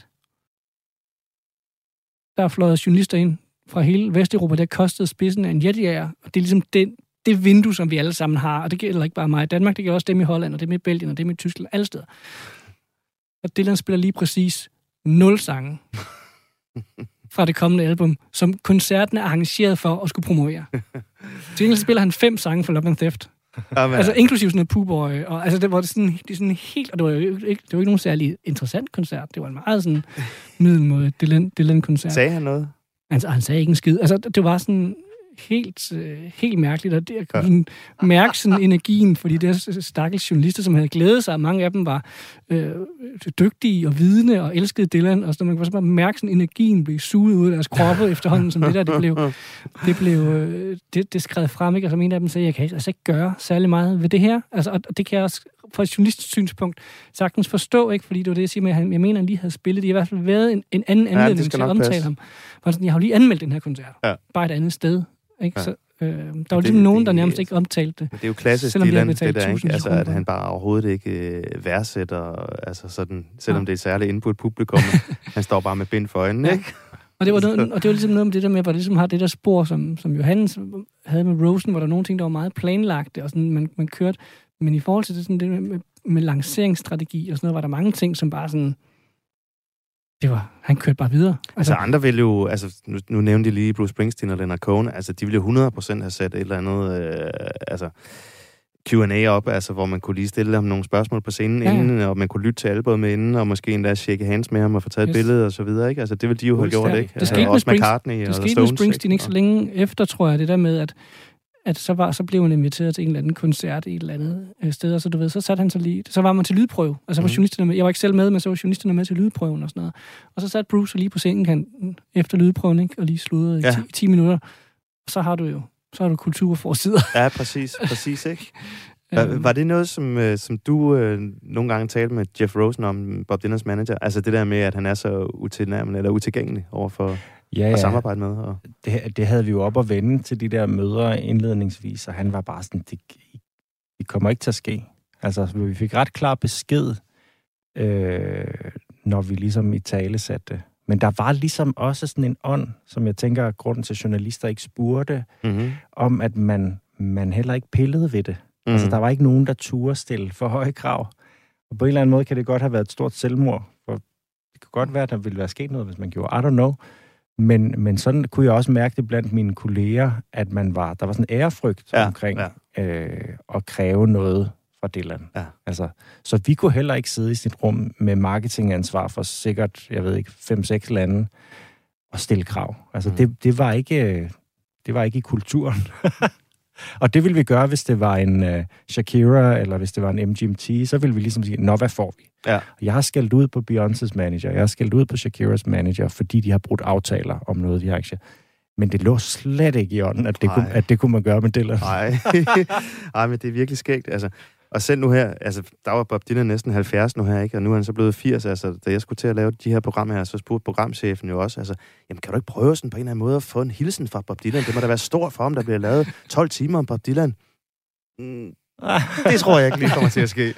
Der er fløjet journalister ind fra hele Vesteuropa, der kostede spidsen af en jetjager, og det er ligesom den, det vindue, som vi alle sammen har, og det gælder ikke bare mig i Danmark, det gælder også dem i Holland, og dem i Belgien, og dem i Tyskland, alle steder. Og Dylan spiller lige præcis nul sange fra det kommende album, som koncerten er arrangeret for at skulle promovere. Til gengæld spiller han fem sange for Love and Theft. Amen. Altså inklusiv sådan noget Pooh-Boy, og altså det var sådan, det sådan helt, og det var jo ikke, det var ikke nogen særlig interessant koncert, det var en meget sådan middelmåde Dylan, Dylan-koncert. Sagde han noget? Altså, han sagde ikke en skid. Altså, det var sådan helt, øh, helt mærkeligt, og det, jeg kunne sådan mærke sådan energien, fordi det er stakkels journalister, som havde glædet sig, mange af dem var øh, dygtige og vidne og elskede Dylan, og så man kunne bare mærke sådan energien blive suget ud af deres kroppe efterhånden, som det der, det blev, det blev øh, det, det skrev frem, ikke? Og som en af dem sagde, jeg kan altså ikke gøre særlig meget ved det her, altså, og det kan jeg også fra et journalistisk synspunkt sagtens forstå, ikke? Fordi det var det, jeg siger med, at jeg mener, at han lige havde spillet. Det har i hvert fald været en, en anden anledning ja, til at omtale passe. ham. Sådan, jeg har jo lige anmeldt den her koncert. Ja. Bare et andet sted. Ikke? Ja. Så, øh, der var ligesom nogen, det, der nærmest ikke omtalte det. Det er jo klassisk Dylan, det der, ikke? Altså, at han bare overhovedet ikke øh, værdsætter, altså sådan, selvom ja. det er særligt inde på et publikum. Han står bare med bind for øjnene, ja. ikke? Og det, var noget, og det var ligesom noget med det der med, hvor det ligesom har det der spor, som, som Johannes havde med Rosen, hvor der var nogle ting, der var meget planlagte, og sådan, man, man kørte. Men i forhold til det, sådan, det med, med lanceringsstrategi og sådan noget, var der mange ting, som bare sådan... Det var... Han kørte bare videre. Altså, altså andre ville jo... Altså, nu, nu nævnte de lige Bruce Springsteen og Leonard Cohen. Altså, de ville jo hundrede procent have sat et eller andet... Øh, altså, Q and A op, altså, hvor man kunne lige stille ham nogle spørgsmål på scenen ja, ja. inden, og man kunne lytte til albumet inden, og måske endda shake hands med ham og få taget yes. et billede og så videre, ikke? Altså, det ville de jo have gjort, ikke? Det skete altså, med, også McCartney det og skete Stones, med Springsteen ikke så længe efter, tror jeg, det der med, at at så, var, så blev han inviteret til en eller anden koncert i et eller andet sted, og så, du ved, så satte han så lige, så var man til lydprøve, altså var mm. journalisterne med, jeg var ikke selv med, men så var journalisterne med til lydprøven og sådan noget, og så satte Bruce lige på scenekanten efter lydprøven, ikke? Og lige sludrede ja. i ti minutter, og så har du jo, så har du kultur for sider. Ja, præcis, præcis, ikke? Var, var det noget, som, som du øh, nogle gange talte med Jeff Rosen om, Bob Dylans manager, altså det der med, at han er så utilnærmende eller utilgængelig overfor ja, ja. at samarbejde med? Og... Det, det havde vi jo op at vende til de der møder indledningsvis, og han var bare sådan, det, det kommer ikke til at ske. Altså, vi fik ret klar besked, øh, når vi ligesom i tale satte det. Men der var ligesom også sådan en ånd, som jeg tænker, at grunden til journalister ikke spurgte, mm-hmm. om at man, man heller ikke pillede ved det. Mm. Altså, der var ikke nogen, der turde stille for høje krav. Og på en eller anden måde kan det godt have været et stort selvmord. For det kan godt være, at der ville være sket noget, hvis man gjorde. I don't know. Men, men sådan kunne jeg også mærke det blandt mine kolleger, at man var, der var sådan en ærefrygt ja, omkring ja. Øh, at kræve noget fra Dylan. Ja. Altså, så vi kunne heller ikke sidde i sit rum med marketingansvar for sikkert, jeg ved ikke, fem seks lande og stille krav. Altså, mm. det, det, var ikke, det var ikke i kulturen. Og det ville vi gøre, hvis det var en uh, Shakira, eller hvis det var en M G M T, så ville vi ligesom sige, nå, hvad får vi? Ja. Jeg har skældt ud på Beyoncé's manager, jeg har skældt ud på Shakiras manager, fordi de har brudt aftaler om noget, de har ikke. Men det lå slet ikke i ånden, at det, kunne, at det kunne man gøre med Dylan. Nej, Ej, men det er virkelig skægt. Altså, og selv nu her, altså, der var Bob Dylan næsten halvfjerds nu her, ikke? Og nu er han så blevet firs. Altså, da jeg skulle til at lave de her programmer her, så spurgte programchefen jo også, altså, jamen, kan du ikke prøve sådan på en eller anden måde at få en hilsen fra Bob Dylan? Det må da være stort for ham, der bliver lavet tolv timer om Bob Dylan. Mm, det tror jeg ikke lige kommer til at ske.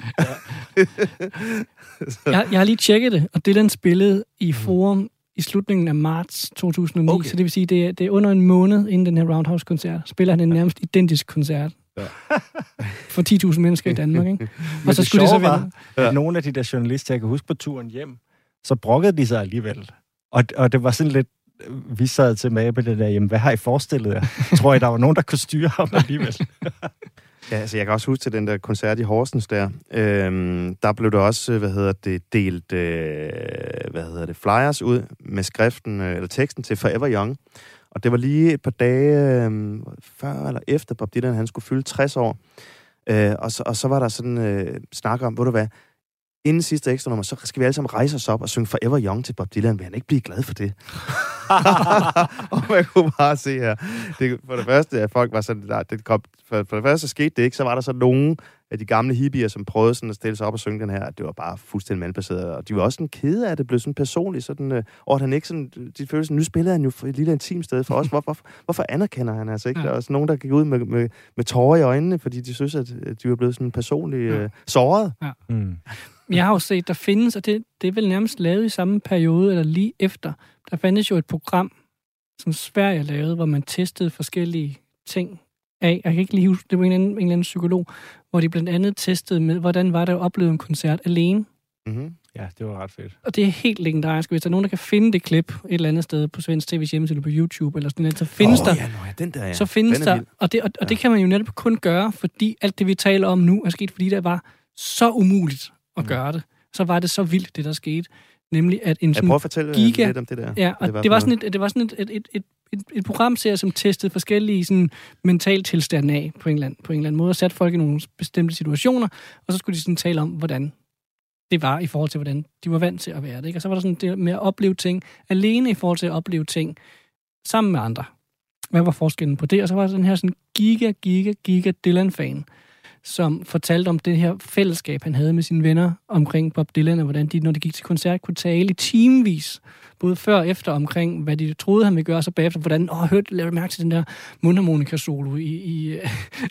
jeg, jeg har lige tjekket det, og Dylan spillede i Forum i slutningen af marts to tusind og ni, okay. Så det vil sige, det er, det er under en måned inden den her Roundhouse-koncert. Spiller han en nærmest identisk koncert. Ja. For ti tusind mennesker i Danmark, ikke? Og så skulle det så være... Ja. Nogle af de der journalister, jeg kan huske på turen hjem, så brokkede de sig alligevel. Og, og det var sådan lidt... Vi sad til med det der, jamen, hvad har I forestillet jer? Tror I, der var nogen, der kunne styre ham alligevel? Ja, altså jeg kan også huske til den der koncert i Horsens der, øhm, der blev der også, hvad hedder det, delt, øh, hvad hedder det, flyers ud med skriften, øh, eller teksten til Forever Young. Og det var lige et par dage øh, før eller efter Bob Dylan, han skulle fylde tres år. Øh, og, så, og så var der sådan øh, snak om, ved du hvad, inden sidste ekstra nummer, så skal vi alle sammen rejse os op og synge Forever Young til Bob Dylan. Vil han ikke blive glad for det? Og man kunne bare se her. Det, for det første, at folk var sådan, der, det kom, for, for det første så skete det ikke, så var der så nogen af de gamle hippier, som prøvede sådan at stille sig op og synge den her, det var bare fuldstændig malbaseret. Og de var også sådan kede af det, blev sådan personligt, sådan, øh, og han ikke sådan, de følte sådan, nu spiller han jo for et lille intimt sted for os. Hvor, hvor, hvorfor anerkender han altså ikke? Ja. Der er også nogen, der gik ud med, med, med tårer i øjnene, fordi de synes, at de var blevet sådan personligt øh, såret. Ja. Mm. Jeg har jo set, der findes, og det, det er vel nærmest lavet i samme periode, eller lige efter. Der fandtes jo et program, som Sverige lavede, hvor man testede forskellige ting af. Jeg kan ikke lige huske, det var en eller anden, en eller anden psykolog, hvor de blandt andet testede med, hvordan var det at opleve en koncert alene. Mm-hmm. Ja, det var ret fedt. Og det er helt legendarisk. Hvis der er nogen, der kan finde det klip et eller andet sted på Svensk T V's hjemmeside på YouTube, eller sådan noget, så findes oh, der... Ja, no, ja, den der, ja. Så findes der... Og, det, og, og ja. det kan man jo netop kun gøre, fordi alt det, vi taler om nu, er sket, fordi det var så umuligt at mm. gøre det. Så var det så vildt, det der skete. Nemlig at en sådan jeg prøver at fortælle giga... lidt om det der. Ja, og det var, det var sådan, et, det var sådan et, et, et, et et, et programserie, som testede forskellige sådan, mentaltilstande af på en, eller anden, på en eller anden måde, og satte folk i nogle bestemte situationer, og så skulle de sådan tale om, hvordan det var i forhold til, hvordan de var vant til at være det. Ikke? Og så var der sådan det med at opleve ting alene i forhold til at opleve ting sammen med andre. Hvad var forskellen på det? Og så var der den her sådan giga, giga, giga Dylan-fan, som fortalte om det her fællesskab, han havde med sine venner omkring Bob Dylan, og hvordan de, når de gik til koncert, kunne tale i timevis, både før og efter, omkring, hvad de troede, han ville gøre, og så bagefter, hvordan, åh, hørte, lavede mærke til den der mundharmonika-solo i, i, ja,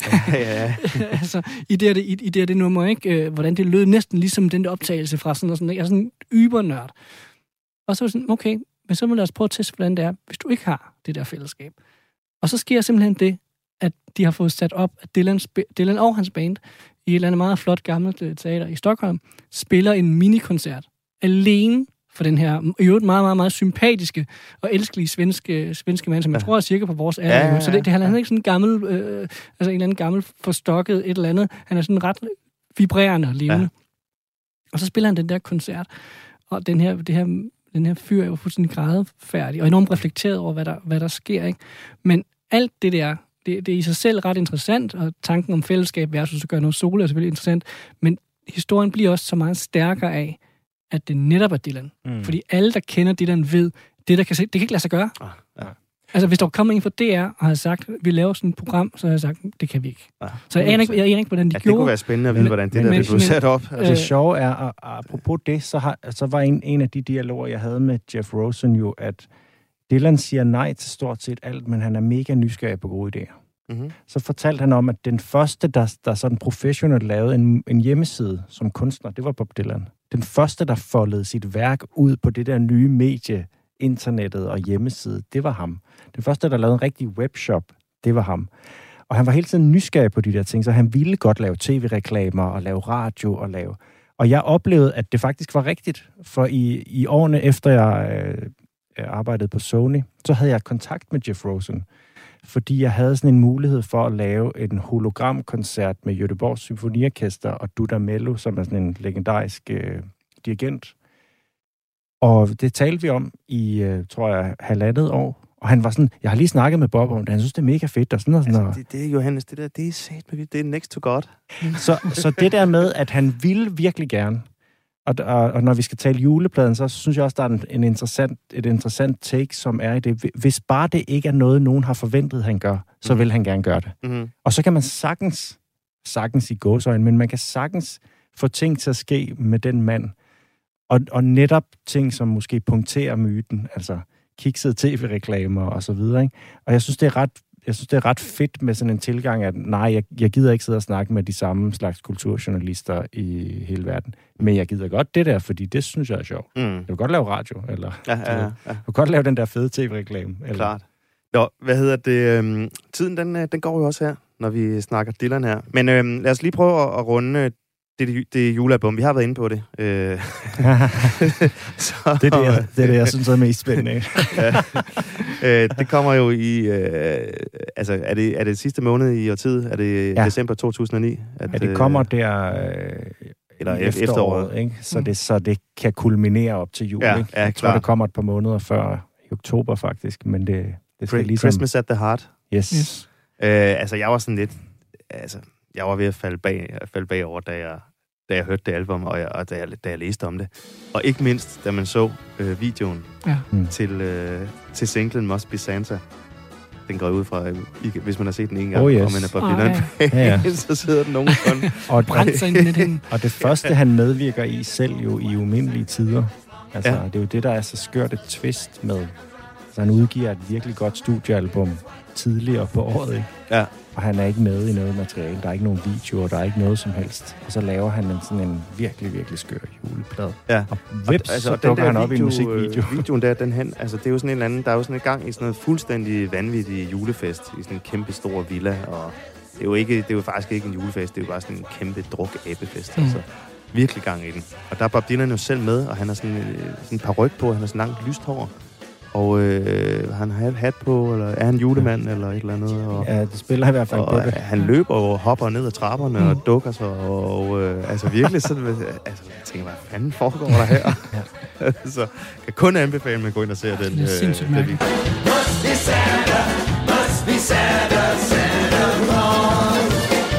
ja. altså, i det, i, i det, det nummer, ikke? Hvordan det lød næsten ligesom den der optagelse fra sådan og sådan, ikke? Jeg er sådan en ybernørd. Og så var sådan, okay, men så må lad os prøve at teste, hvordan det er, hvis du ikke har det der fællesskab. Og så sker simpelthen det, at de har fået sat op, at Dylan, Dylan og hans band i et eller andet meget flot gammelt teater i Stockholm spiller en minikoncert alene for den her i øvrigt meget, meget, meget sympatiske og elskelige svenske, svenske mand, som jeg ja. tror er cirka på vores alder. Ja, ja, ja. Så det, det, han er ikke sådan en gammel, øh, altså en eller anden gammel forstokket et eller andet. Han er sådan ret vibrerende og levende. Ja. Og så spiller han den der koncert, og den her, det her, den her fyr er jo fuldstændig grædefærdig, og enormt reflekteret over, hvad der, hvad der sker. Ikke? Men alt det der, det, det er i sig selv ret interessant, og tanken om fællesskab versus at gøre noget solo er selvfølgelig interessant, men historien bliver også så meget stærkere af, at det netop er Dylan. Mm. Fordi alle, der kender Dylan, ved, det der kan se, det kan ikke lade sig gøre. Ah, ja. Altså, hvis der kommer en fra D R og har sagt, vi laver sådan et program, så har jeg sagt, det kan vi ikke. Ah, så jeg aner ikke, jeg aner ikke, hvordan de ja, gjorde. Det kunne være spændende at vide, hvordan det men, der men, blev sat op. Altså, det sjove er, at apropos det, så, har, så var en, en af de dialoger, jeg havde med Jeff Rosen jo, at Dylan siger nej til stort set alt, men han er mega nysgerrig på gode idéer. Mm-hmm. Så fortalte han om, at den første, der, der sådan professionelt lavede en, en hjemmeside som kunstner, det var Bob Dylan. Den første, der foldede sit værk ud på det der nye medie, internettet og hjemmeside, det var ham. Den første, der lavede en rigtig webshop, det var ham. Og han var hele tiden nysgerrig på de der ting, så han ville godt lave tv-reklamer og lave radio og lave... Og jeg oplevede, at det faktisk var rigtigt, for i, i årene efter jeg øh, arbejdede på Sony, så havde jeg kontakt med Jeff Rosen, fordi jeg havde sådan en mulighed for at lave en hologramkoncert med Göteborgs Symfoniorkester og Dudamel, som er sådan en legendarisk øh, dirigent. Og det talte vi om i, øh, tror jeg, halvandet år. Og han var sådan, jeg har lige snakket med Bob om det, han synes, det er mega fedt. Og sådan og sådan altså, det, det er Johannes, det der, det er sat med, det er next to God. så, så det der med, at han ville virkelig gerne, og, og, og når vi skal tale julepladen, så synes jeg også, der er en, en interessant, et interessant take, som er i det. Hvis bare det ikke er noget, nogen har forventet, han gør, så mm. vil han gerne gøre det. Mm-hmm. Og så kan man sagtens, sagtens i gåseøjne, men man kan sagtens få ting til at ske med den mand. Og, og netop ting, som måske punkterer myten, altså kiksede tv-reklamer og så videre, ikke? Og jeg synes, det er ret, jeg synes, det er ret fedt med sådan en tilgang, at nej, jeg, jeg gider ikke sidde og snakke med de samme slags kulturjournalister i hele verden. Men jeg gider godt det der, fordi det synes jeg er sjovt. Mm. Jeg vil godt lave radio, eller ja, ja, ja, ja. Jeg vil godt lave den der fede tv-reklame. Eller... Klart. Nå, hvad hedder det? Øhm, tiden, den, den går jo også her, når vi snakker Dylan her. Men øhm, lad os lige prøve at, at runde det, det julealbum. Vi har været inde på det. Øh. Så, det, er det, jeg, det er det, jeg synes er mest spændende. ja. øh, det kommer jo i... Øh, altså, er det, er det sidste måned i årtid? Er det ja. december to tusind og ni? At, ja, det kommer der... Øh, eller efteråret, efteråret, ikke? Så, det, så det kan kulminere op til jul, ja, ikke? Ja, jeg tror, det kommer et par måneder før i oktober, faktisk. Men det, det skal ligesom... Christmas at the Heart. Yes. yes. Øh, altså, jeg var sådan lidt... Altså, jeg var ved at falde, bag, falde bagover, da jeg, da jeg hørte det album, og, jeg, og da, jeg, da jeg læste om det. Og ikke mindst, da man så øh, videoen ja. til, øh, til singlen Must Be Santa. Den går ud fra, øh, hvis man har set den en gang, oh, yes. og man er Bob Dylan, oh, ja. ja, ja. så sidder den nogen sådan. og, og det første, han medvirker i selv jo i umindelige tider. Altså, ja. det er jo det, der er så skørt et twist med. Så han udgiver et virkelig godt studiealbum tidligere på året, ikke? Ja. Og han er ikke med i noget materiale. Der er ikke nogen videoer, der er ikke noget som helst. Og så laver han en sådan en virkelig, virkelig skør juleplade. Ja. Og vips, altså, så dukker han op video, i en musikvideo. Videoen der, den hen, altså det er jo sådan en eller anden, der er jo sådan en gang i sådan noget fuldstændig vanvittig julefest i sådan en kæmpe stor villa, og det er jo ikke, det er jo faktisk ikke en julefest, det er jo bare sådan en kæmpe druk-æbefest, mm. altså. Virkelig gang i den. Og der er Bob Dylan jo selv med, og han har sådan, sådan en paryk på, han har sådan langt lyst hår. Og øh, han har hat på, eller er han julemand, eller et eller andet. Og, ja, det spiller i hvert fald på det. Han løber og hopper ned ad trapperne mm. og dukker sig, og, og øh, altså virkelig sådan, altså jeg tænker, hvad fanden foregår der her? ja. Så jeg kan kun anbefale, at man går ind og ser den. Det er sindssygt øh, mærkeligt. Santa, must be Santa, Santa Claus.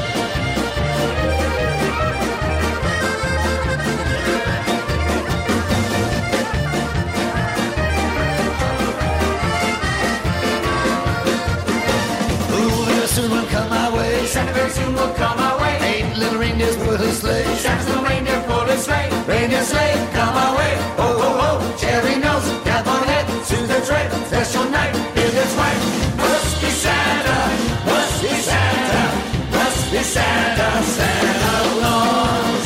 Ooh, very soon will come my way. Santa very soon will come my way. Eight little reindeers pull a sleigh. Santa's little reindeer pull a sleigh. Reindeer sleigh, come my way. Ho, ho, ho, cherry nose, cap on head, suit the tread, special night, here's its right. Must be Santa, must be Santa, must be Santa, Santa Claus.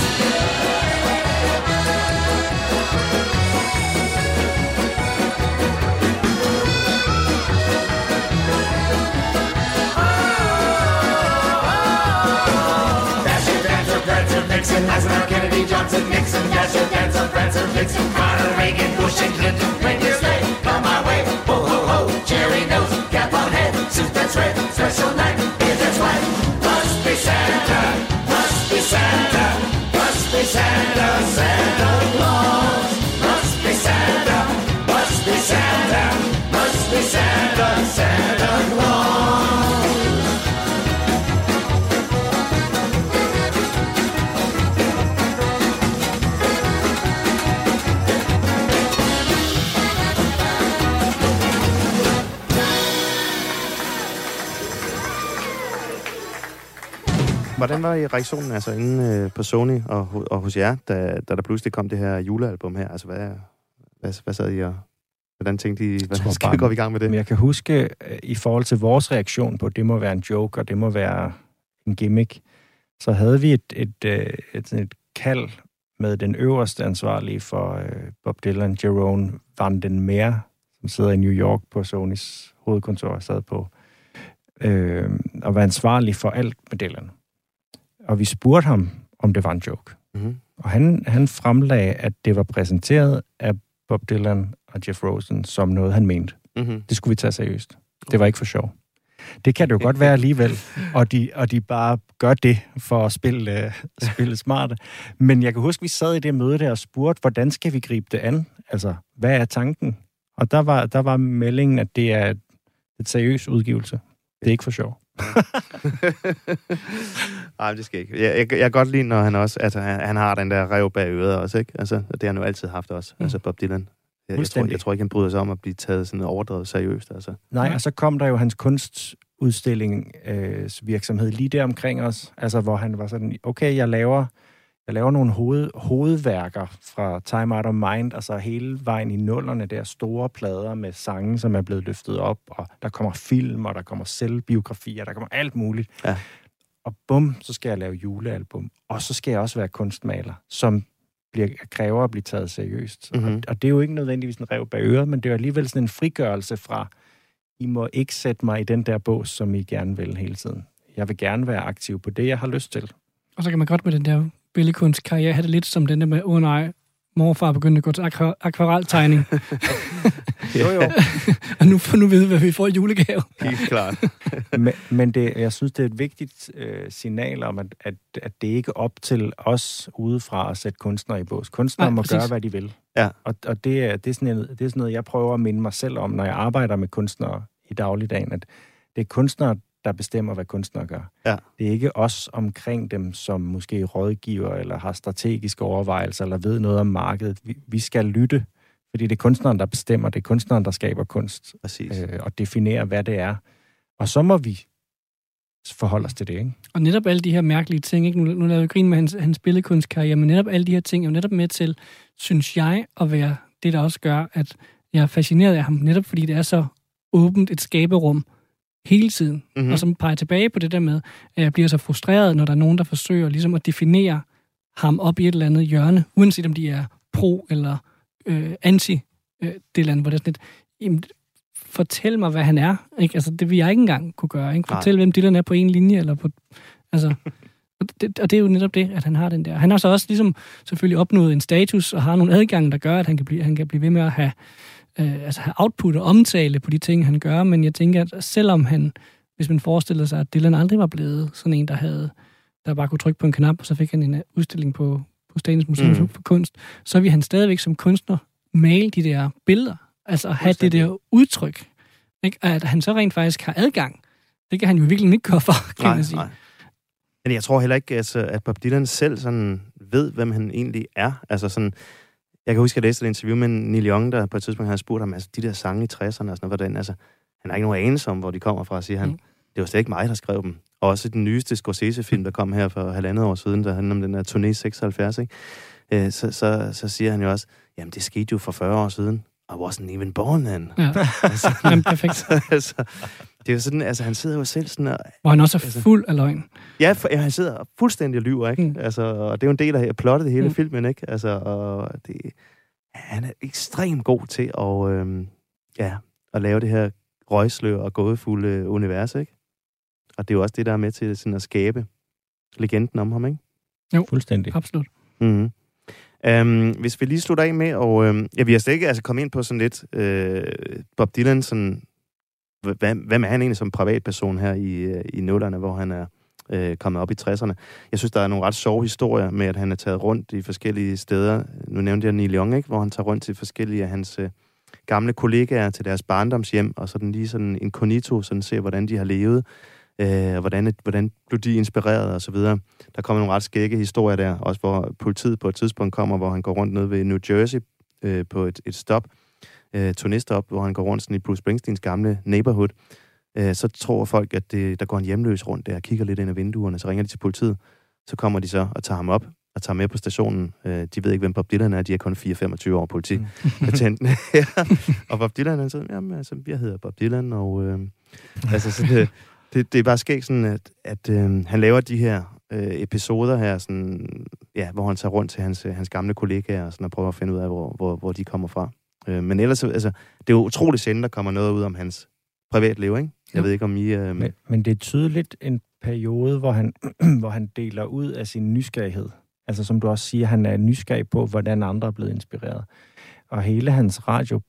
Dasher, Dancer, Prancer, Vixen, Eisenhower, Kennedy, Johnson, Nixon, Dasher, Dancer, Prancer, Vixen, Connor, Reagan, Bush, and Clinton, reindeer sleigh, come my way, ho, ho, ho, cherry nose, cap on head, suit that's red, special night, here's that's right. Must be Santa, must be Santa, must be Santa, Santa Claus. Must be Santa, must be Santa, must be Santa, Santa Claus. Hvordan var reaktionen altså inde øh, på Sony og, og hos jer, da, da der pludselig kom det her julealbum her? Altså, hvad, hvad, hvad sad I og... Hvordan tænkte I, hvordan skal vi gå i gang med det? Men jeg kan huske, i forhold til vores reaktion på, det må være en joke, og det må være en gimmick, så havde vi et, et, et, et, et kald med den øverste ansvarlige for øh, Bob Dylan, Jerome Van den Meer, som sidder i New York på Sonys hovedkontor, sad på, øh, og var ansvarlig for alt med Dylan. Og vi spurgte ham, om det var en joke. Mm-hmm. Og han, han fremlagde, at det var præsenteret af Bob Dylan og Jeff Rosen som noget, han mente. Mm-hmm. Det skulle vi tage seriøst. Det var ikke for sjov. Det kan det jo godt være alligevel, og de, og de bare gør det for at spille, uh, spille smarte. Men jeg kan huske, vi sad i det møde der og spurgte, hvordan skal vi gribe det an? Altså, hvad er tanken? Og der var, der var meldingen, at det er et seriøs udgivelse. Det er ikke for sjov. Nej, det skal ikke. Jeg, jeg, jeg kan godt lide, når han også, altså, han, han har den der rev bag øret også, ikke? Altså, det har han jo altid haft også, mm. altså Bob Dylan. Jeg, jeg, tror, jeg tror ikke, han bryder sig om at blive taget sådan overdrevet seriøst, altså. Nej, og så kom der jo hans kunstudstilling øh, virksomhed lige der omkring os, altså hvor han var sådan, okay, jeg laver, jeg laver nogle hoved, hovedværker fra Time Out of Mind, altså hele vejen i nullerne, der store plader med sange, som er blevet løftet op, og der kommer film, og der kommer selvbiografier, der kommer alt muligt. Ja. Og bum, så skal jeg lave julealbum. Og så skal jeg også være kunstmaler, som bliver, kræver at blive taget seriøst. Mm-hmm. Og, og det er jo ikke nødvendigvis en rev bag øret, men det er alligevel sådan en frigørelse fra, I må ikke sætte mig i den der bås, som I gerne vil hele tiden. Jeg vil gerne være aktiv på det, jeg har lyst til. Og så kan man godt med den der billedkunstkarriere have det lidt som den der med, åh oh, nej, morfar begyndte at gå til akvar- akvareltegning. jo, jo. Og nu får nu vide, hvad vi får i julegave. Helt klart. men men det, jeg synes, det er et vigtigt øh, signal om, at, at, at det ikke er op til os udefra at sætte kunstnere i bås. Kunstnere Nej, må præcis. gøre, hvad de vil. Ja. Og, og det, er, det, er sådan noget, det er sådan noget, jeg prøver at minde mig selv om, når jeg arbejder med kunstnere i dagligdagen, at det er kunstnere, der bestemmer, hvad kunstnere gør. Ja. Det er ikke os omkring dem, som måske rådgiver, eller har strategiske overvejelser, eller ved noget om markedet. Vi, vi skal lytte, fordi det er kunstneren, der bestemmer. Det er kunstneren, der skaber kunst. Præcis. Øh, og definerer, hvad det er. Og så må vi forholde os til det, ikke? Og netop alle de her mærkelige ting, ikke? Nu, nu lavede jeg grin med hans, hans billedkunstkarriere, men netop alle de her ting er jo netop med til, synes jeg, at være det, der også gør, at jeg er fascineret af ham, netop fordi det er så åbent et skaberum hele tiden, Mm-hmm. og som peger tilbage på det der med, at jeg bliver så frustreret, når der er nogen, der forsøger ligesom at definere ham op i et eller andet hjørne, uanset om de er pro eller øh, anti øh, det eller andet, hvor det er sådan lidt, jamen, fortæl mig, hvad han er. Ikke? Altså, det vil jeg ikke engang kunne gøre. Ikke? Fortæl, Nej. hvem Dylan er på en linje, eller på... Altså, og, det, og det er jo netop det, at han har den der. Han har så også ligesom selvfølgelig opnået en status, og har nogle adgange, der gør, at han kan blive, han kan blive ved med at have, øh, altså have output og omtale på de ting, han gør. Men jeg tænker, at selvom han, hvis man forestiller sig, at Dylan aldrig var blevet sådan en, der havde, der bare kunne trykke på en knap, og så fik han en udstilling på, på Statens Museum mm. for Kunst, så vil han stadigvæk som kunstner male de der billeder. Altså at have det der udtryk. Ikke? At han så rent faktisk har adgang, det kan han jo virkelig ikke gøre for, kan nej, man sige. Nej. Men jeg tror heller ikke, altså, at Bob Dylan selv sådan ved, hvem han egentlig er. Altså sådan, jeg kan huske, at jeg læste et interview med Neil Young, der på et tidspunkt havde spurgt ham, altså de der sange i tresserne og sådan noget, hvordan, altså, han har ikke nogen anelse om, hvor de kommer fra, siger han. Mm. Det var slet ikke mig, der skrev dem. Og også den nyeste Scorsese-film, der kom her for halvandet år siden, der handler om den der Turné seksoghalvfjerds, ikke? Øh, så, så, så siger han jo også, jamen det skete jo for fyrre år siden. I wasn't even born then. Ja, altså, jamen, perfekt. Så, altså, det er jo sådan, altså han sidder jo selv sådan og... Hvor han også er altså, fuld af løgn. Ja, for, ja, han sidder fuldstændig og lyver, ikke? Mm. Altså, og det er jo en del af plottet i hele mm. filmen, ikke? Altså, og det, han er ekstremt god til at, øhm, ja, at lave det her røgslør og gådefulde univers, ikke? Og det er jo også det, der er med til sådan at skabe legenden om ham, ikke? Jo, fuldstændig. Absolut. Mm-hmm. Um, hvis vi lige slutter af med, og øhm, ja, vi har slet ikke altså, kommet ind på sådan lidt øh, Bob Dylan, sådan, hvem, hvem er han egentlig som privatperson her i, i nullerne, hvor han er øh, kommet op i tresserne. Jeg synes, der er nogle ret sjove historier med, at han er taget rundt i forskellige steder. Nu nævnte jeg Neil Young, ikke? Hvor han tager rundt til forskellige af hans øh, gamle kollegaer til deres barndomshjem, og sådan lige sådan incognito, sådan ser, hvordan de har levet, øh, hvordan, hvordan blev de inspireret, og så videre. Der kommer nogle ret skægge historier der, også hvor politiet på et tidspunkt kommer, hvor han går rundt nede ved New Jersey øh, på et, et stop, øh, turnéstop, hvor han går rundt sådan i Bruce Springsteens gamle neighborhood. Øh, så tror folk, at det, der går en hjemløs rundt der og kigger lidt ind ad vinduerne, så ringer de til politiet, så kommer de så og tager ham op og tager med på stationen. Øh, de ved ikke, hvem Bob Dylan er, de er kun fire femogtyve år politibetjenten. Mm. Ja. Og Bob Dylan, han siger, jamen altså, jeg hedder Bob Dylan, og øh, altså, så det, det, det er bare skægt sådan, at, at øh, han laver de her øh, episoder her, sådan, ja, hvor han tager rundt til hans, hans gamle kollegaer og, sådan, og prøver at finde ud af, hvor, hvor, hvor de kommer fra. Øh, men ellers, altså, det er jo utroligt sjældent, der kommer noget ud om hans privatliv, ikke? Jeg jo. ved ikke, om I... Øh... Men, men det er tydeligt en periode, hvor han, hvor han deler ud af sin nysgerrighed. Altså, som du også siger, han er nysgerrig på, hvordan andre er blevet inspireret. Og hele hans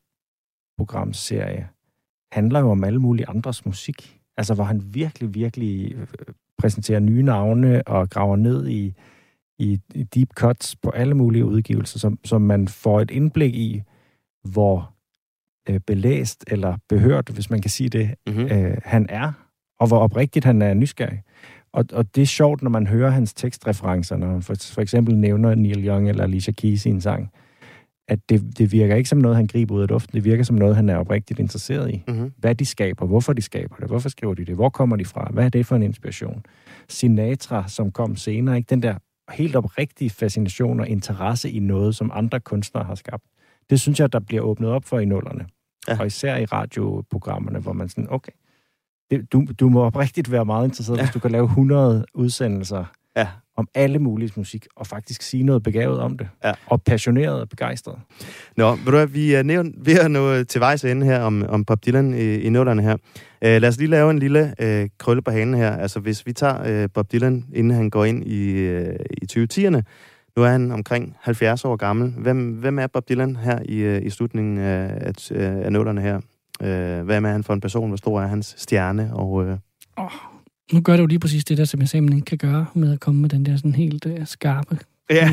radioprogramserie handler jo om alle mulige andres musik. Altså, hvor han virkelig, virkelig præsenterer nye navne og graver ned i, i, i deep cuts på alle mulige udgivelser, som, som man får et indblik i, hvor øh, belæst eller behørt, hvis man kan sige det, mm-hmm. øh, han er, og hvor oprigtigt han er nysgerrig. Og, og det er sjovt, når man hører hans tekstreferencer, når han for, for eksempel nævner Neil Young eller Alicia Keys i en sang, at det, det virker ikke som noget, han griber ud af luften. Det virker som noget, han er oprigtigt interesseret i. Mm-hmm. Hvad de skaber, hvorfor de skaber det, hvorfor skriver de det, hvor kommer de fra, hvad er det for en inspiration? Sinatra, som kom senere, ikke? Den der helt oprigtige fascination og interesse i noget, som andre kunstnere har skabt. Det synes jeg, der bliver åbnet op for i nullerne. Ja. Og især i radioprogrammerne, hvor man sådan, okay, det, du, du må oprigtigt være meget interesseret, ja. hvis du kan lave hundrede udsendelser ja. om alle mulige musik, og faktisk sige noget begavet om det. Ja. Og passioneret og begejstret. Nå, ved du hvad, vi er nævnt ved at nå til vejs ende her om, om Bob Dylan i, i nullerne her. Uh, lad os lige lave en lille uh, krølle på hanen her. Altså, hvis vi tager uh, Bob Dylan, inden han går ind i, uh, i tyve tierne, nu er han omkring halvfjerds år gammel. Hvem, hvem er Bob Dylan her i, i slutningen af, af, af nullerne her? Uh, hvad er han for en person? Hvor stor er hans stjerne? Og, uh... oh, nu gør det jo lige præcis det der, som jeg simpelthen ikke kan gøre med at komme med den der sådan helt uh, skarpe ja.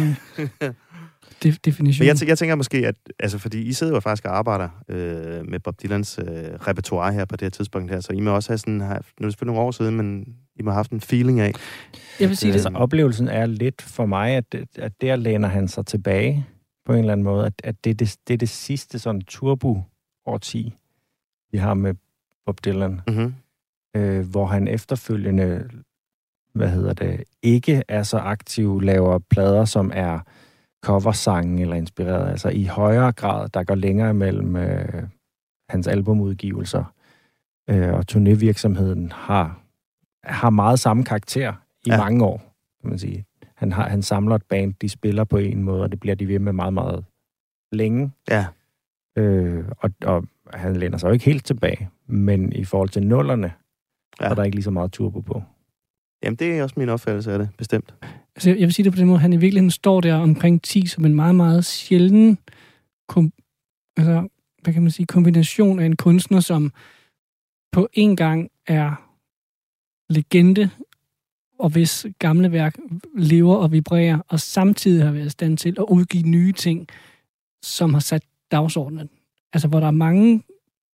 de, definition. Men jeg, t- jeg tænker måske, at altså, fordi I sidder jo faktisk og arbejder øh, med Bob Dylans øh, repertoire her på det her tidspunkt her, så I må også have sådan, have, nu er det selvfølgelig nogle år siden, men I må have haft en feeling af. Jeg vil sige, at, det. Altså, oplevelsen er lidt for mig, at, at der læner han sig tilbage på en eller anden måde, at, at det, det, det er det sidste sådan turbo-årti, vi har med Bob Dylan, mm-hmm. øh, hvor han efterfølgende, hvad hedder det, ikke er så aktiv, laver plader, som er coversange eller inspireret. Altså i højere grad, der går længere mellem øh, hans albumudgivelser øh, og turnévirksomheden har, har meget samme karakter i ja. mange år, kan man sige. Han, har, han samler et band, de spiller på en måde, og det bliver de ved med meget, meget længe. Ja. Øh, og, og han læner sig jo ikke helt tilbage, men i forhold til nullerne, ja. er der ikke lige så meget turbo på. Jamen, det er også min opfattelse af det, bestemt. Altså, jeg vil sige det på den måde, han i virkeligheden står der omkring ti som en meget, meget sjælden kom, altså, hvad kan man sige, kombination af en kunstner, som på en gang er legende, og hvis gamle værk lever og vibrerer, og samtidig har været i stand til at udgive nye ting, som har sat dagsordenen. Altså, hvor der er mange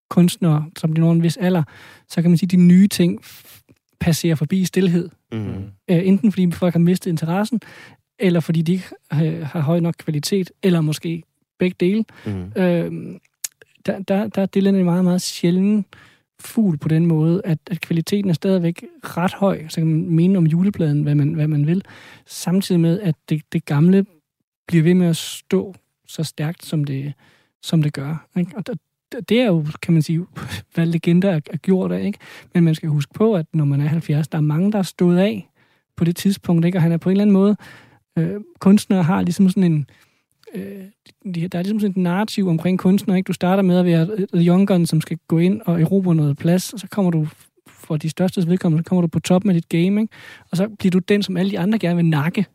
kunstnere, som de når en vis alder, så kan man sige, at de nye ting passerer forbi i stilhed. Mm. Øh, enten fordi folk har mistet interessen, eller fordi de ikke har, har høj nok kvalitet, eller måske begge dele. Mm. Øh, der, der, der er Dylan en meget, meget sjælden fugl på den måde, at, at kvaliteten er stadigvæk ret høj, så kan man mene om julepladen, hvad man, hvad man vil, samtidig med, at det, det gamle bliver ved med at stå så stærkt, som det, som det gør. Ikke? Og der, det er jo, kan man sige, hvad legender er, er gjort af, ikke? Men man skal huske på, at når man er halvfjerds, der er mange, der er stået af på det tidspunkt, ikke? Og han er på en eller anden måde, øh, kunstnere har ligesom sådan en, øh, de, der er ligesom sådan et narrativ omkring kunstnere, ikke? Du starter med at være the young gun, som skal gå ind og erobre noget plads, og så kommer du, for de største vedkommende, så kommer du på top med dit game, ikke? Og så bliver du den, som alle de andre gerne vil nakke.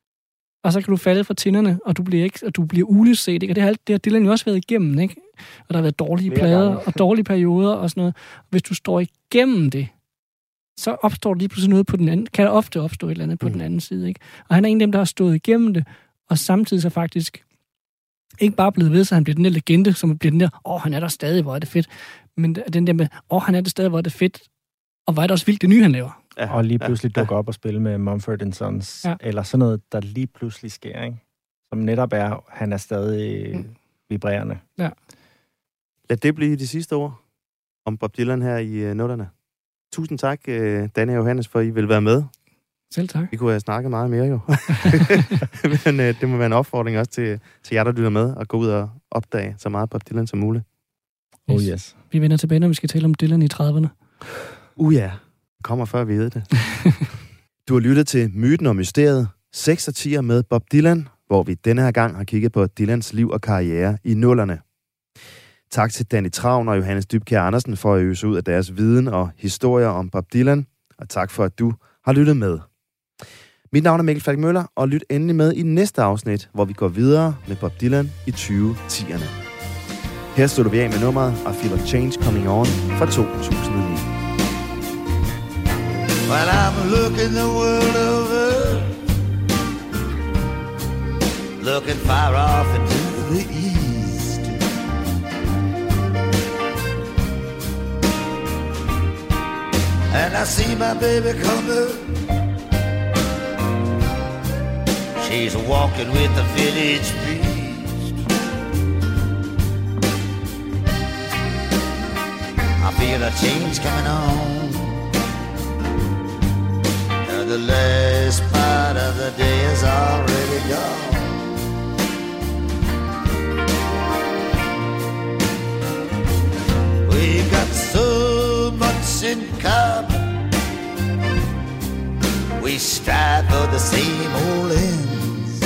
Og så kan du falde fra tinderne, og du bliver ikke, og du bliver uleset, ikke? Og det har, det har Dylan jo også været igennem, ikke? Og der har været dårlige Mere plader gange. og dårlige perioder og sådan noget. Hvis du står igennem det, så opstår der lige pludselig noget på den anden, kan der ofte opstå et eller andet på mm. den anden side, ikke? Og han er en af dem, der har stået igennem det, og samtidig så faktisk ikke bare blevet ved, så han bliver den der legende, som bliver den der, åh, han er der stadig, hvor er det fedt. Men den der med, åh, han er der stadig, hvor er det fedt. Og hvor er det også vildt, det nye, han laver. Ja, og lige pludselig ja, dukker op og spille med Mumford and Sons, Ja. eller sådan noget, der lige pludselig sker, ikke? Som netop er, han er stadig Mm. vibrerende. Ja. Lad det blive de sidste ord om Bob Dylan her i uh, nullerne. Tusind tak, uh, Danne og Johannes, for at I vil være med. Selv tak. Vi kunne have snakket meget mere jo. Men uh, det må være en opfordring også til, til jer, der lytter med, at gå ud og opdage så meget Bob Dylan som muligt. Oh yes. Vi vender tilbage, når vi skal tale om Dylan i trediverne. Uh ja, kommer før vi ved det. Du har lyttet til Myten og Mysteriet, seks og tier med Bob Dylan, hvor vi denne her gang har kigget på Dylans liv og karriere i nullerne. Tak til Danny Travn og Johannes Dybkjær Andersen for at øse ud af deres viden og historier om Bob Dylan, og tak for, at du har lyttet med. Mit navn er Mikkel Falk Møller, og lyt endelig med i næste afsnit, hvor vi går videre med Bob Dylan i tyve tierne. Her slutter vi af med nummeret I Feel a Change Coming On fra to tusind og ni. While I'm looking the world over, looking far off into the east, and I see my baby coming. She's walking with the village priest. I feel a change coming on. The last part of the day is already gone. We got so much in common. We strive for the same old ends.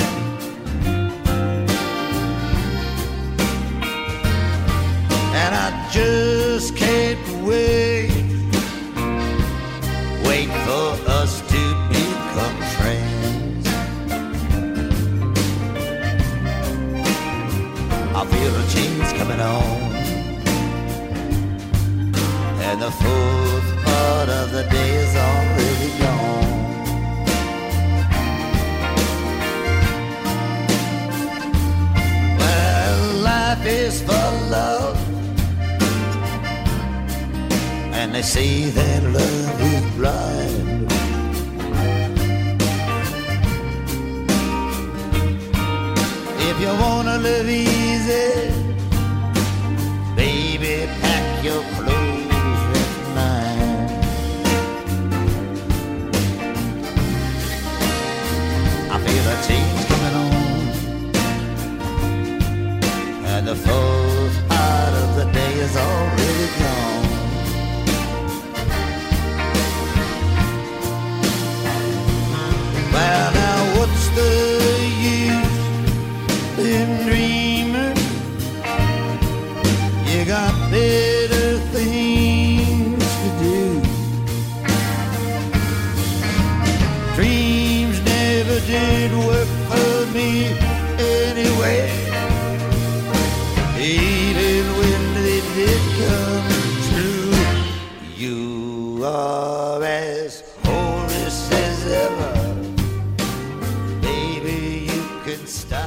And I just can't wait. Wait for us to become friends. I feel a change coming on, and the fourth part of the day is already gone. Well, life is for love, and they say that love is blind. If you wanna live easy, baby, pack your clothes with mine. I feel a change coming on, and the fourth part of the day is already gone. Well, now what's the use in dreaming? You got better things to do. Dreams never did work for me anyway, even when they did come true. You are as whole as ever. Can stop.